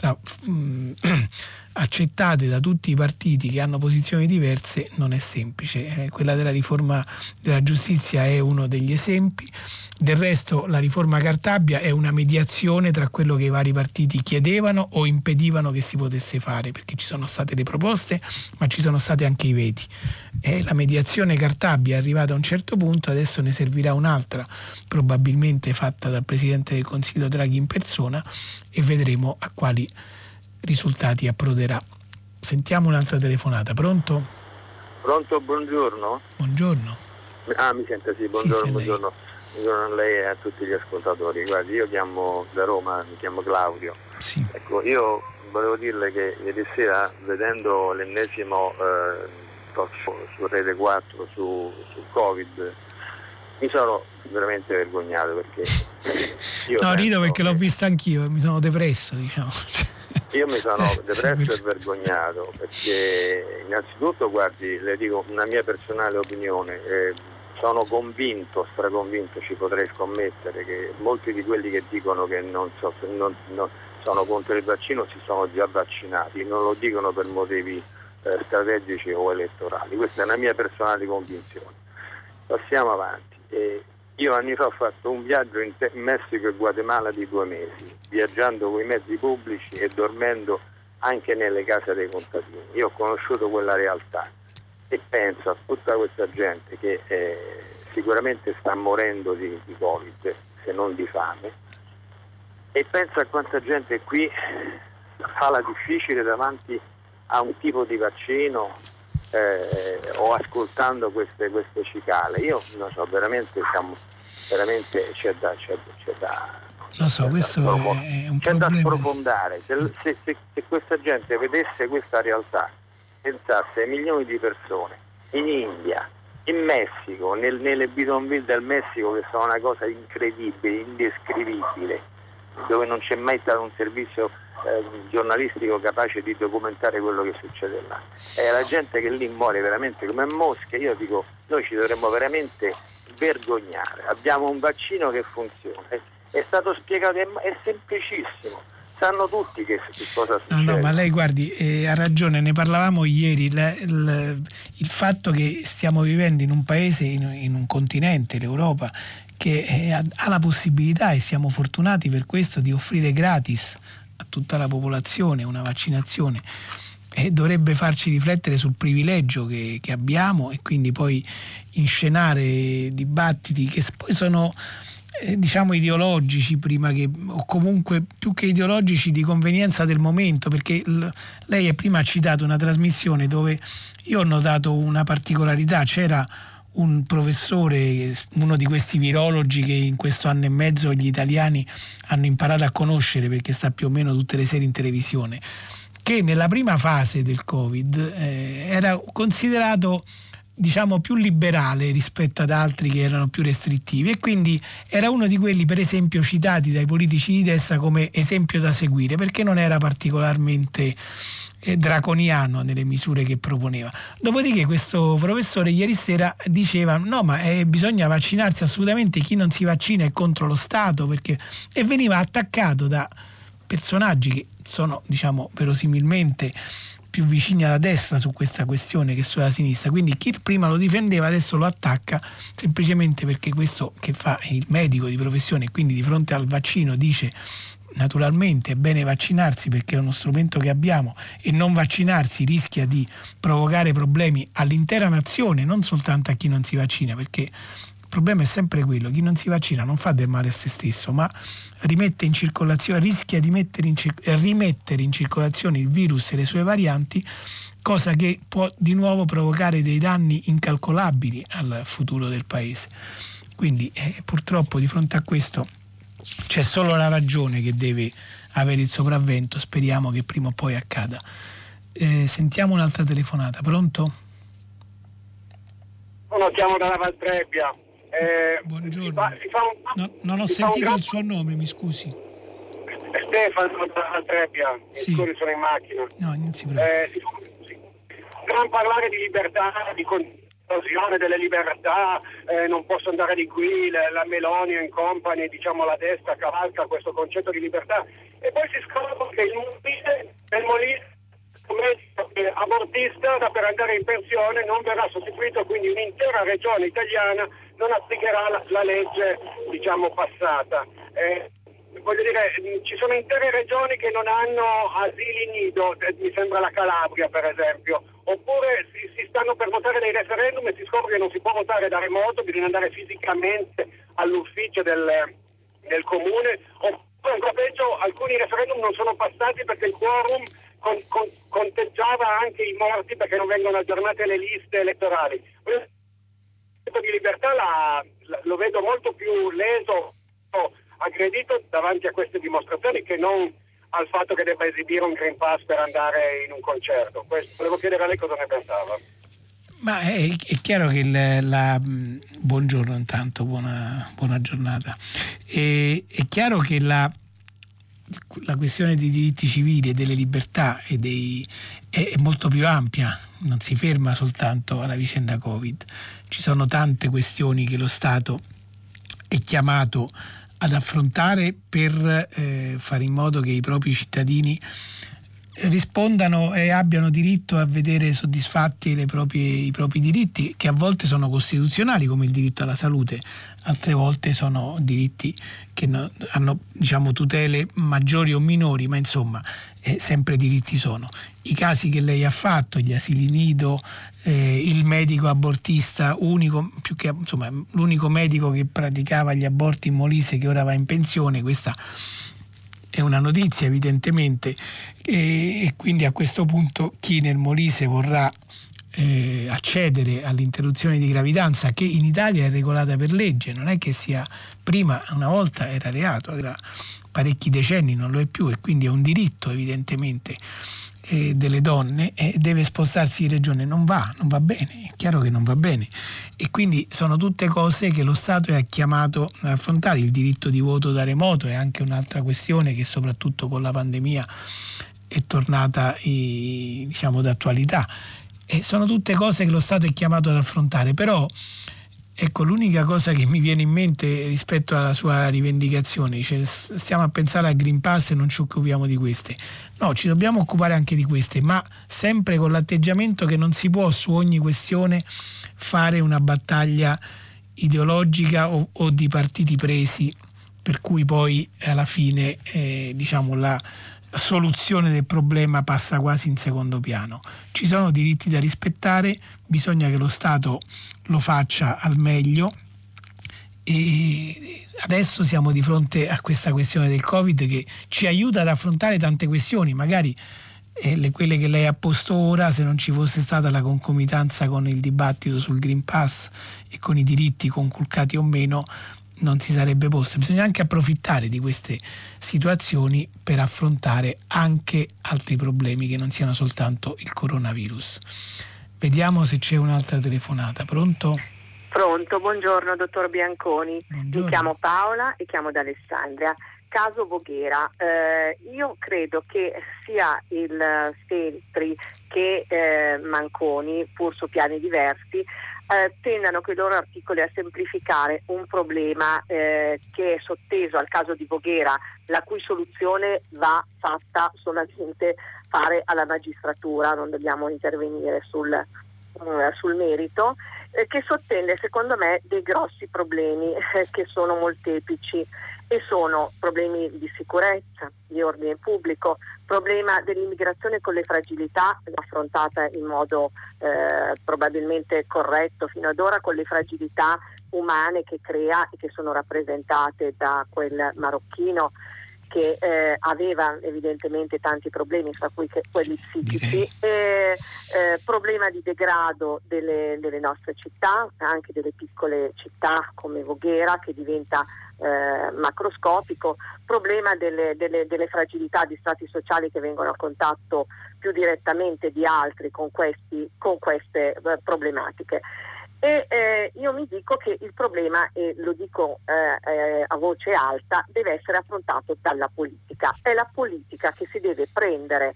accettate da tutti i partiti che hanno posizioni diverse non è semplice. Quella della riforma della giustizia è uno degli esempi. Del resto la riforma Cartabia è una mediazione tra quello che i vari partiti chiedevano o impedivano che si potesse fare, perché ci sono state le proposte ma ci sono stati anche i veti. La mediazione Cartabia è arrivata a un certo punto, adesso ne servirà un'altra, probabilmente fatta dal Presidente del Consiglio Draghi in persona, e vedremo a quali risultati approderà. Sentiamo un'altra telefonata. Pronto? Pronto, buongiorno. Buongiorno. Mi sente? Sì, buongiorno, Sì, buongiorno. Buongiorno a lei e a tutti gli ascoltatori. Guardi, io chiamo da Roma, mi chiamo Claudio. Sì. Ecco, io volevo dirle che ieri sera, vedendo l'ennesimo talk show su Rete 4 sul Covid, mi sono veramente vergognato, perché rido perché l'ho vista anch'io e mi sono depresso, diciamo. Io mi sono depresso e vergognato, perché innanzitutto, guardi, le dico una mia personale opinione, sono convinto, straconvinto, ci potrei scommettere che molti di quelli che dicono che non sono contro il vaccino si sono già vaccinati, non lo dicono per motivi strategici o elettorali. Questa è una mia personale convinzione. Passiamo avanti. Io anni fa ho fatto un viaggio in Messico e Guatemala di 2 mesi, viaggiando con i mezzi pubblici e dormendo anche nelle case dei contadini. Io ho conosciuto quella realtà e penso a tutta questa gente che sicuramente sta morendo di Covid, se non di fame, e penso a quanta gente qui fa la difficile davanti a un tipo di vaccino o ascoltando queste cicale. Io non so, veramente c'è da lo so, questo è un c'è problema da sprofondare. Se questa gente vedesse questa realtà, pensasse ai milioni di persone in India, in Messico, nelle Bidonville del Messico, che sono una cosa incredibile, indescrivibile, dove non c'è mai stato un servizio giornalistico capace di documentare quello che succede là. È la gente che lì muore veramente come mosche. Io dico, noi ci dovremmo veramente vergognare. Abbiamo un vaccino che funziona, è stato spiegato, è semplicissimo, sanno tutti che cosa succede. No, ma lei guardi, ha ragione, ne parlavamo ieri, il fatto che stiamo vivendo in un paese, in un continente, l'Europa, che ha la possibilità, e siamo fortunati per questo, di offrire gratis a tutta la popolazione una vaccinazione, e dovrebbe farci riflettere sul privilegio che abbiamo, e quindi poi inscenare dibattiti che poi sono diciamo ideologici prima che, o comunque più che ideologici, di convenienza del momento, perché lei prima ha citato una trasmissione dove io ho notato una particolarità. C'era un professore, uno di questi virologi che in questo anno e mezzo gli italiani hanno imparato a conoscere perché sta più o meno tutte le sere in televisione, che nella prima fase del Covid era considerato, diciamo, più liberale rispetto ad altri che erano più restrittivi, e quindi era uno di quelli, per esempio, citati dai politici di destra come esempio da seguire, perché non era particolarmente draconiano nelle misure che proponeva. Dopodiché questo professore ieri sera diceva no, ma bisogna vaccinarsi assolutamente, chi non si vaccina è contro lo Stato, perché, e veniva attaccato da personaggi che sono, diciamo, verosimilmente più vicini alla destra su questa questione che sulla sinistra. Quindi chi prima lo difendeva adesso lo attacca, semplicemente perché questo che fa il medico di professione, quindi di fronte al vaccino dice naturalmente è bene vaccinarsi perché è uno strumento che abbiamo, e non vaccinarsi rischia di provocare problemi all'intera nazione, non soltanto a chi non si vaccina, perché il problema è sempre quello: chi non si vaccina non fa del male a se stesso, ma rimette in circolazione, rischia di rimettere in circolazione il virus e le sue varianti, cosa che può di nuovo provocare dei danni incalcolabili al futuro del paese. Quindi purtroppo di fronte a questo c'è solo la ragione che deve avere il sopravvento. Speriamo che prima o poi accada. Sentiamo un'altra telefonata. Pronto? Uno chiamo dalla Valtrebbia. Buongiorno. Non ho sentito il suo nome, mi scusi. Stefano dalla Valtrebbia. Sì. Scusi, sono in macchina. No, non si preoccupi. Non parlare di libertà, di erosione delle libertà, non posso andare di qui, la Meloni and company, diciamo la destra cavalca questo concetto di libertà, e poi si scopre che il Molise abortista per andare in pensione non verrà sostituito, quindi un'intera regione italiana non applicherà la legge, diciamo, passata. Voglio dire, ci sono intere regioni che non hanno asili nido, mi sembra la Calabria per esempio, oppure si stanno per votare dei referendum e si scopre che non si può votare da remoto, bisogna andare fisicamente all'ufficio del comune, oppure ancora peggio, alcuni referendum non sono passati perché il quorum conteggiava anche i morti perché non vengono aggiornate le liste elettorali. Il di libertà lo vedo molto più leso, aggredito davanti a queste dimostrazioni che non al fatto che debba esibire un Green Pass per andare in un concerto. Volevo chiedere a lei cosa ne pensava. Ma è chiaro che buongiorno intanto, buona giornata. È chiaro che la questione dei diritti civili e delle libertà è molto più ampia, non si ferma soltanto alla vicenda Covid. Ci sono tante questioni che lo Stato è chiamato ad affrontare per fare in modo che i propri cittadini rispondano e abbiano diritto a vedere soddisfatti i propri diritti, che a volte sono costituzionali come il diritto alla salute, altre volte sono diritti che hanno, diciamo, tutele maggiori o minori, ma insomma sempre diritti sono. I casi che lei ha fatto, gli asili nido, il medico abortista unico, più che insomma l'unico medico che praticava gli aborti in Molise che ora va in pensione, questa è una notizia evidentemente, e quindi a questo punto chi nel Molise vorrà accedere all'interruzione di gravidanza, che in Italia è regolata per legge, non è che sia, prima una volta era reato, era parecchi decenni non lo è più, e quindi è un diritto evidentemente delle donne, deve spostarsi di regione. Non va bene, è chiaro che non va bene, e quindi sono tutte cose che lo Stato è chiamato ad affrontare. Il diritto di voto da remoto è anche un'altra questione che soprattutto con la pandemia è tornata d'attualità, e sono tutte cose che lo Stato è chiamato ad affrontare. Però ecco, l'unica cosa che mi viene in mente rispetto alla sua rivendicazione, stiamo a pensare al Green Pass e non ci occupiamo di queste. No, ci dobbiamo occupare anche di queste, ma sempre con l'atteggiamento che non si può su ogni questione fare una battaglia ideologica o di partiti presi, per cui poi alla fine la soluzione del problema passa quasi in secondo piano. Ci sono diritti da rispettare, bisogna che lo Stato lo faccia al meglio, e adesso siamo di fronte a questa questione del Covid che ci aiuta ad affrontare tante questioni, magari quelle che lei ha posto ora, se non ci fosse stata la concomitanza con il dibattito sul Green Pass e con i diritti conculcati o meno, non si sarebbe posta. Bisogna anche approfittare di queste situazioni per affrontare anche altri problemi che non siano soltanto il coronavirus. Vediamo se c'è un'altra telefonata. Pronto? Pronto, buongiorno dottor Bianconi. Buongiorno. Mi chiamo Paola e chiamo da Alessandria. Caso Voghera, io credo che sia il Feltri che Manconi, pur su piani diversi, tendano con i loro articoli a semplificare un problema che è sotteso al caso di Voghera, la cui soluzione va fatta solamente fare alla magistratura, non dobbiamo intervenire sul merito, che sottende secondo me dei grossi problemi che sono molteplici, e sono problemi di sicurezza, di ordine pubblico, problema dell'immigrazione con le fragilità, affrontata in modo probabilmente corretto fino ad ora, con le fragilità umane che crea e che sono rappresentate da quel marocchino che aveva evidentemente tanti problemi, fra cui quelli psichici, problema di degrado delle nostre città, anche delle piccole città come Voghera, che diventa macroscopico, problema delle fragilità di strati sociali che vengono a contatto più direttamente di altri con queste problematiche. E io mi dico che il problema, e lo dico a voce alta, deve essere affrontato dalla politica. È la politica che si deve prendere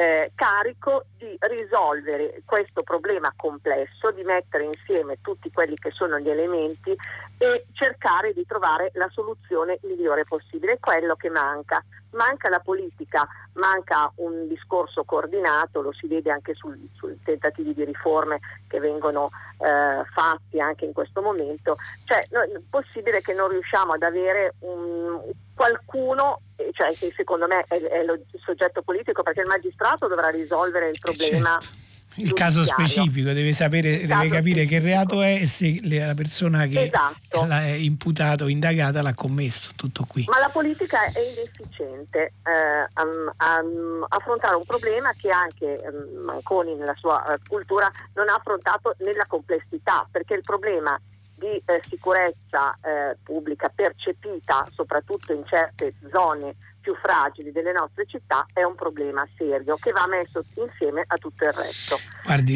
carico di risolvere questo problema complesso, di mettere insieme tutti quelli che sono gli elementi e cercare di trovare la soluzione migliore possibile. È quello che manca la politica, manca un discorso coordinato, lo si vede anche sui tentativi di riforme che vengono fatti anche in questo momento. Cioè, è possibile che non riusciamo ad avere qualcuno, cioè, che secondo me è il soggetto politico, perché il magistrato dovrà risolvere il problema. Certo. Il caso specifico, deve capire che reato è e se la persona che è imputata o indagata l'ha commesso, tutto qui. Ma la politica è inefficiente a affrontare un problema che anche Manconi nella sua cultura non ha affrontato nella complessità, perché il problema di sicurezza pubblica percepita soprattutto in certe zone più fragili delle nostre città è un problema serio che va messo insieme a tutto il resto. Guardi,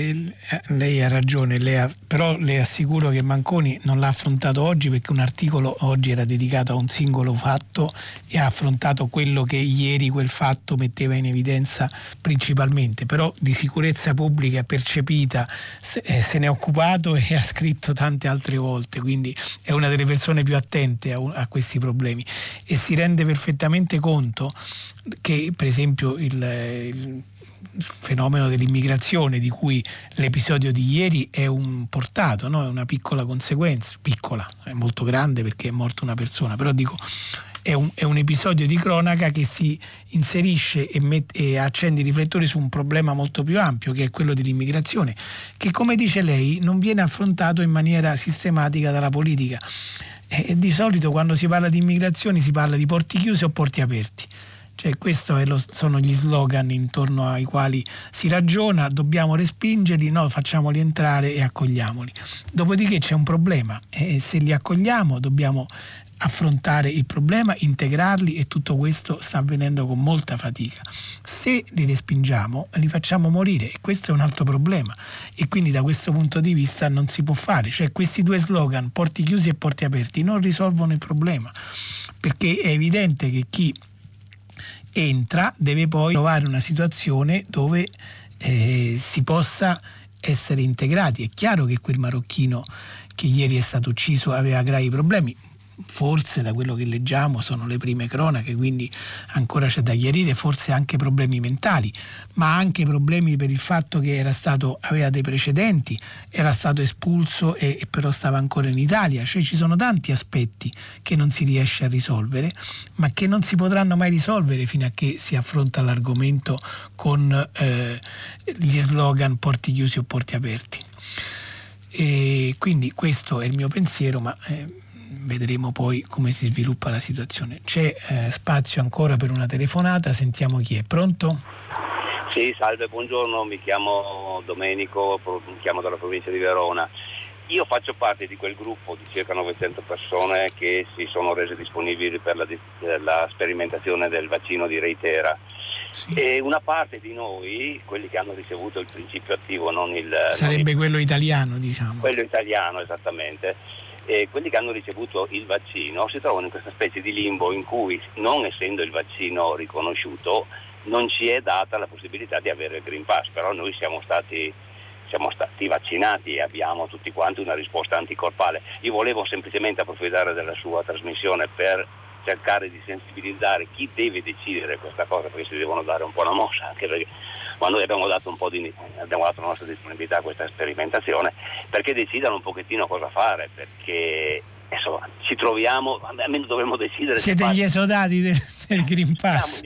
lei ha ragione, però le assicuro che Manconi non l'ha affrontato oggi, perché un articolo oggi era dedicato a un singolo fatto e ha affrontato quello che ieri quel fatto metteva in evidenza principalmente, però di sicurezza pubblica percepita se ne è occupato e ha scritto tante altre volte, quindi è una delle persone più attente a questi problemi e si rende perfettamente conto che, per esempio, il fenomeno dell'immigrazione, di cui l'episodio di ieri è un portato, no? È una piccola conseguenza, piccola, è molto grande perché è morta una persona, però dico è un episodio di cronaca che si inserisce e accende i riflettori su un problema molto più ampio, che è quello dell'immigrazione, che, come dice lei, non viene affrontato in maniera sistematica dalla politica. E di solito quando si parla di immigrazione si parla di porti chiusi o porti aperti, cioè questo sono gli slogan intorno ai quali si ragiona. Dobbiamo respingerli, no, facciamoli entrare e accogliamoli. Dopodiché c'è un problema, e se li accogliamo dobbiamo affrontare il problema, integrarli, e tutto questo sta avvenendo con molta fatica. Se li respingiamo li facciamo morire, e questo è un altro problema, e quindi da questo punto di vista non si può fare, cioè questi due slogan, porti chiusi e porti aperti, non risolvono il problema, perché è evidente che chi entra deve poi trovare una situazione dove si possa essere integrati. È chiaro che quel marocchino che ieri è stato ucciso aveva gravi problemi, forse da quello che leggiamo sono le prime cronache, quindi ancora c'è da chiarire, forse anche problemi mentali, ma anche problemi per il fatto che aveva dei precedenti, era stato espulso e però stava ancora in Italia, cioè ci sono tanti aspetti che non si riesce a risolvere, ma che non si potranno mai risolvere fino a che si affronta l'argomento con gli slogan porti chiusi o porti aperti. E quindi questo è il mio pensiero, ma vedremo poi come si sviluppa la situazione. C'è spazio ancora per una telefonata, sentiamo chi è. Pronto? Sì, salve, buongiorno, mi chiamo Domenico, mi chiamo dalla provincia di Verona. Io faccio parte di quel gruppo di circa 900 persone che si sono rese disponibili per la sperimentazione del vaccino di Reitera. Sì. E una parte di noi, quelli che hanno ricevuto il principio attivo, sarebbe quello italiano, diciamo. Quello italiano, esattamente. E quelli che hanno ricevuto il vaccino si trovano in questa specie di limbo in cui, non essendo il vaccino riconosciuto, non ci è data la possibilità di avere il Green Pass, però noi siamo stati vaccinati e abbiamo tutti quanti una risposta anticorpale. Io volevo semplicemente approfittare della sua trasmissione per cercare di sensibilizzare chi deve decidere questa cosa, perché si devono dare un po' una mossa, anche perché quando abbiamo dato la nostra disponibilità a questa sperimentazione, perché decidano un pochettino cosa fare, perché insomma ci troviamo, almeno dovremmo decidere. Siete gli esodati del Green Pass.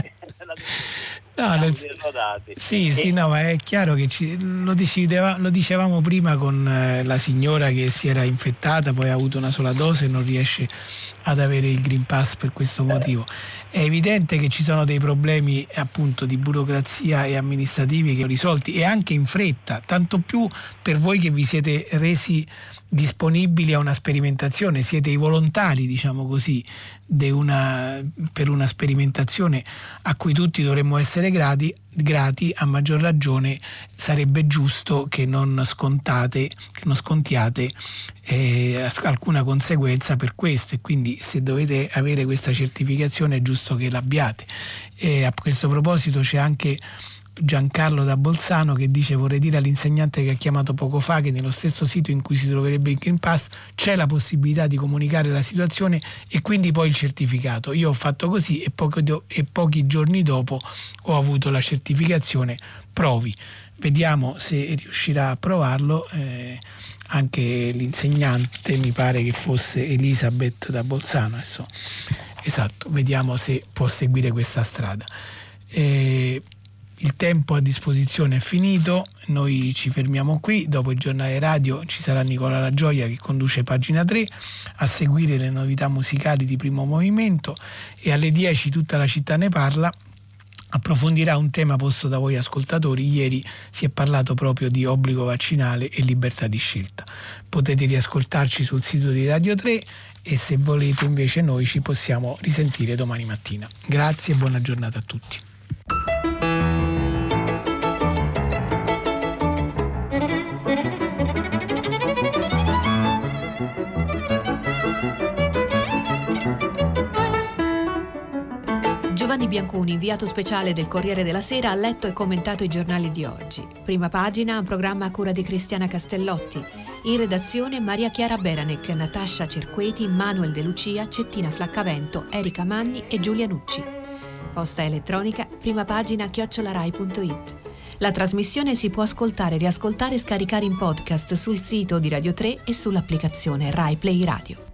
No, ma è chiaro che lo dicevamo prima con la signora che si era infettata, poi ha avuto una sola dose e non riesce ad avere il Green Pass per questo motivo. È evidente che ci sono dei problemi appunto di burocrazia e amministrativi che ho risolti, e anche in fretta, tanto più per voi che vi siete resi disponibili a una sperimentazione, siete i volontari, diciamo così, per una sperimentazione a cui tutti dovremmo essere grati. A maggior ragione sarebbe giusto che non scontiate alcuna conseguenza per questo, e quindi se dovete avere questa certificazione è giusto che l'abbiate. E a questo proposito c'è anche Giancarlo da Bolzano che dice: vorrei dire all'insegnante che ha chiamato poco fa che nello stesso sito in cui si troverebbe il Green Pass c'è la possibilità di comunicare la situazione e quindi poi il certificato. Io ho fatto così e pochi giorni dopo ho avuto la certificazione. Provi, vediamo se riuscirà a provarlo. Anche l'insegnante mi pare che fosse Elisabeth da Bolzano, esatto, vediamo se può seguire questa strada. Il tempo a disposizione è finito, noi ci fermiamo qui. Dopo il giornale radio ci sarà Nicola La Gioia che conduce Pagina 3 a seguire le novità musicali di Primo Movimento, e alle 10 Tutta la città ne parla approfondirà un tema posto da voi ascoltatori. Ieri si è parlato proprio di obbligo vaccinale e libertà di scelta. Potete riascoltarci sul sito di Radio 3 e se volete invece noi ci possiamo risentire domani mattina. Grazie e buona giornata a tutti. Giovanni Bianconi, inviato speciale del Corriere della Sera, ha letto e commentato i giornali di oggi. Prima Pagina, un programma a cura di Cristiana Castellotti. In redazione Maria Chiara Beranec, Natascia Cerqueti, Manuel De Lucia, Cettina Flaccavento, Erika Manni e Giulia Nucci. Posta elettronica primapagina@rai.it. La trasmissione si può ascoltare, riascoltare e scaricare in podcast sul sito di Radio 3 e sull'applicazione Rai Play Radio.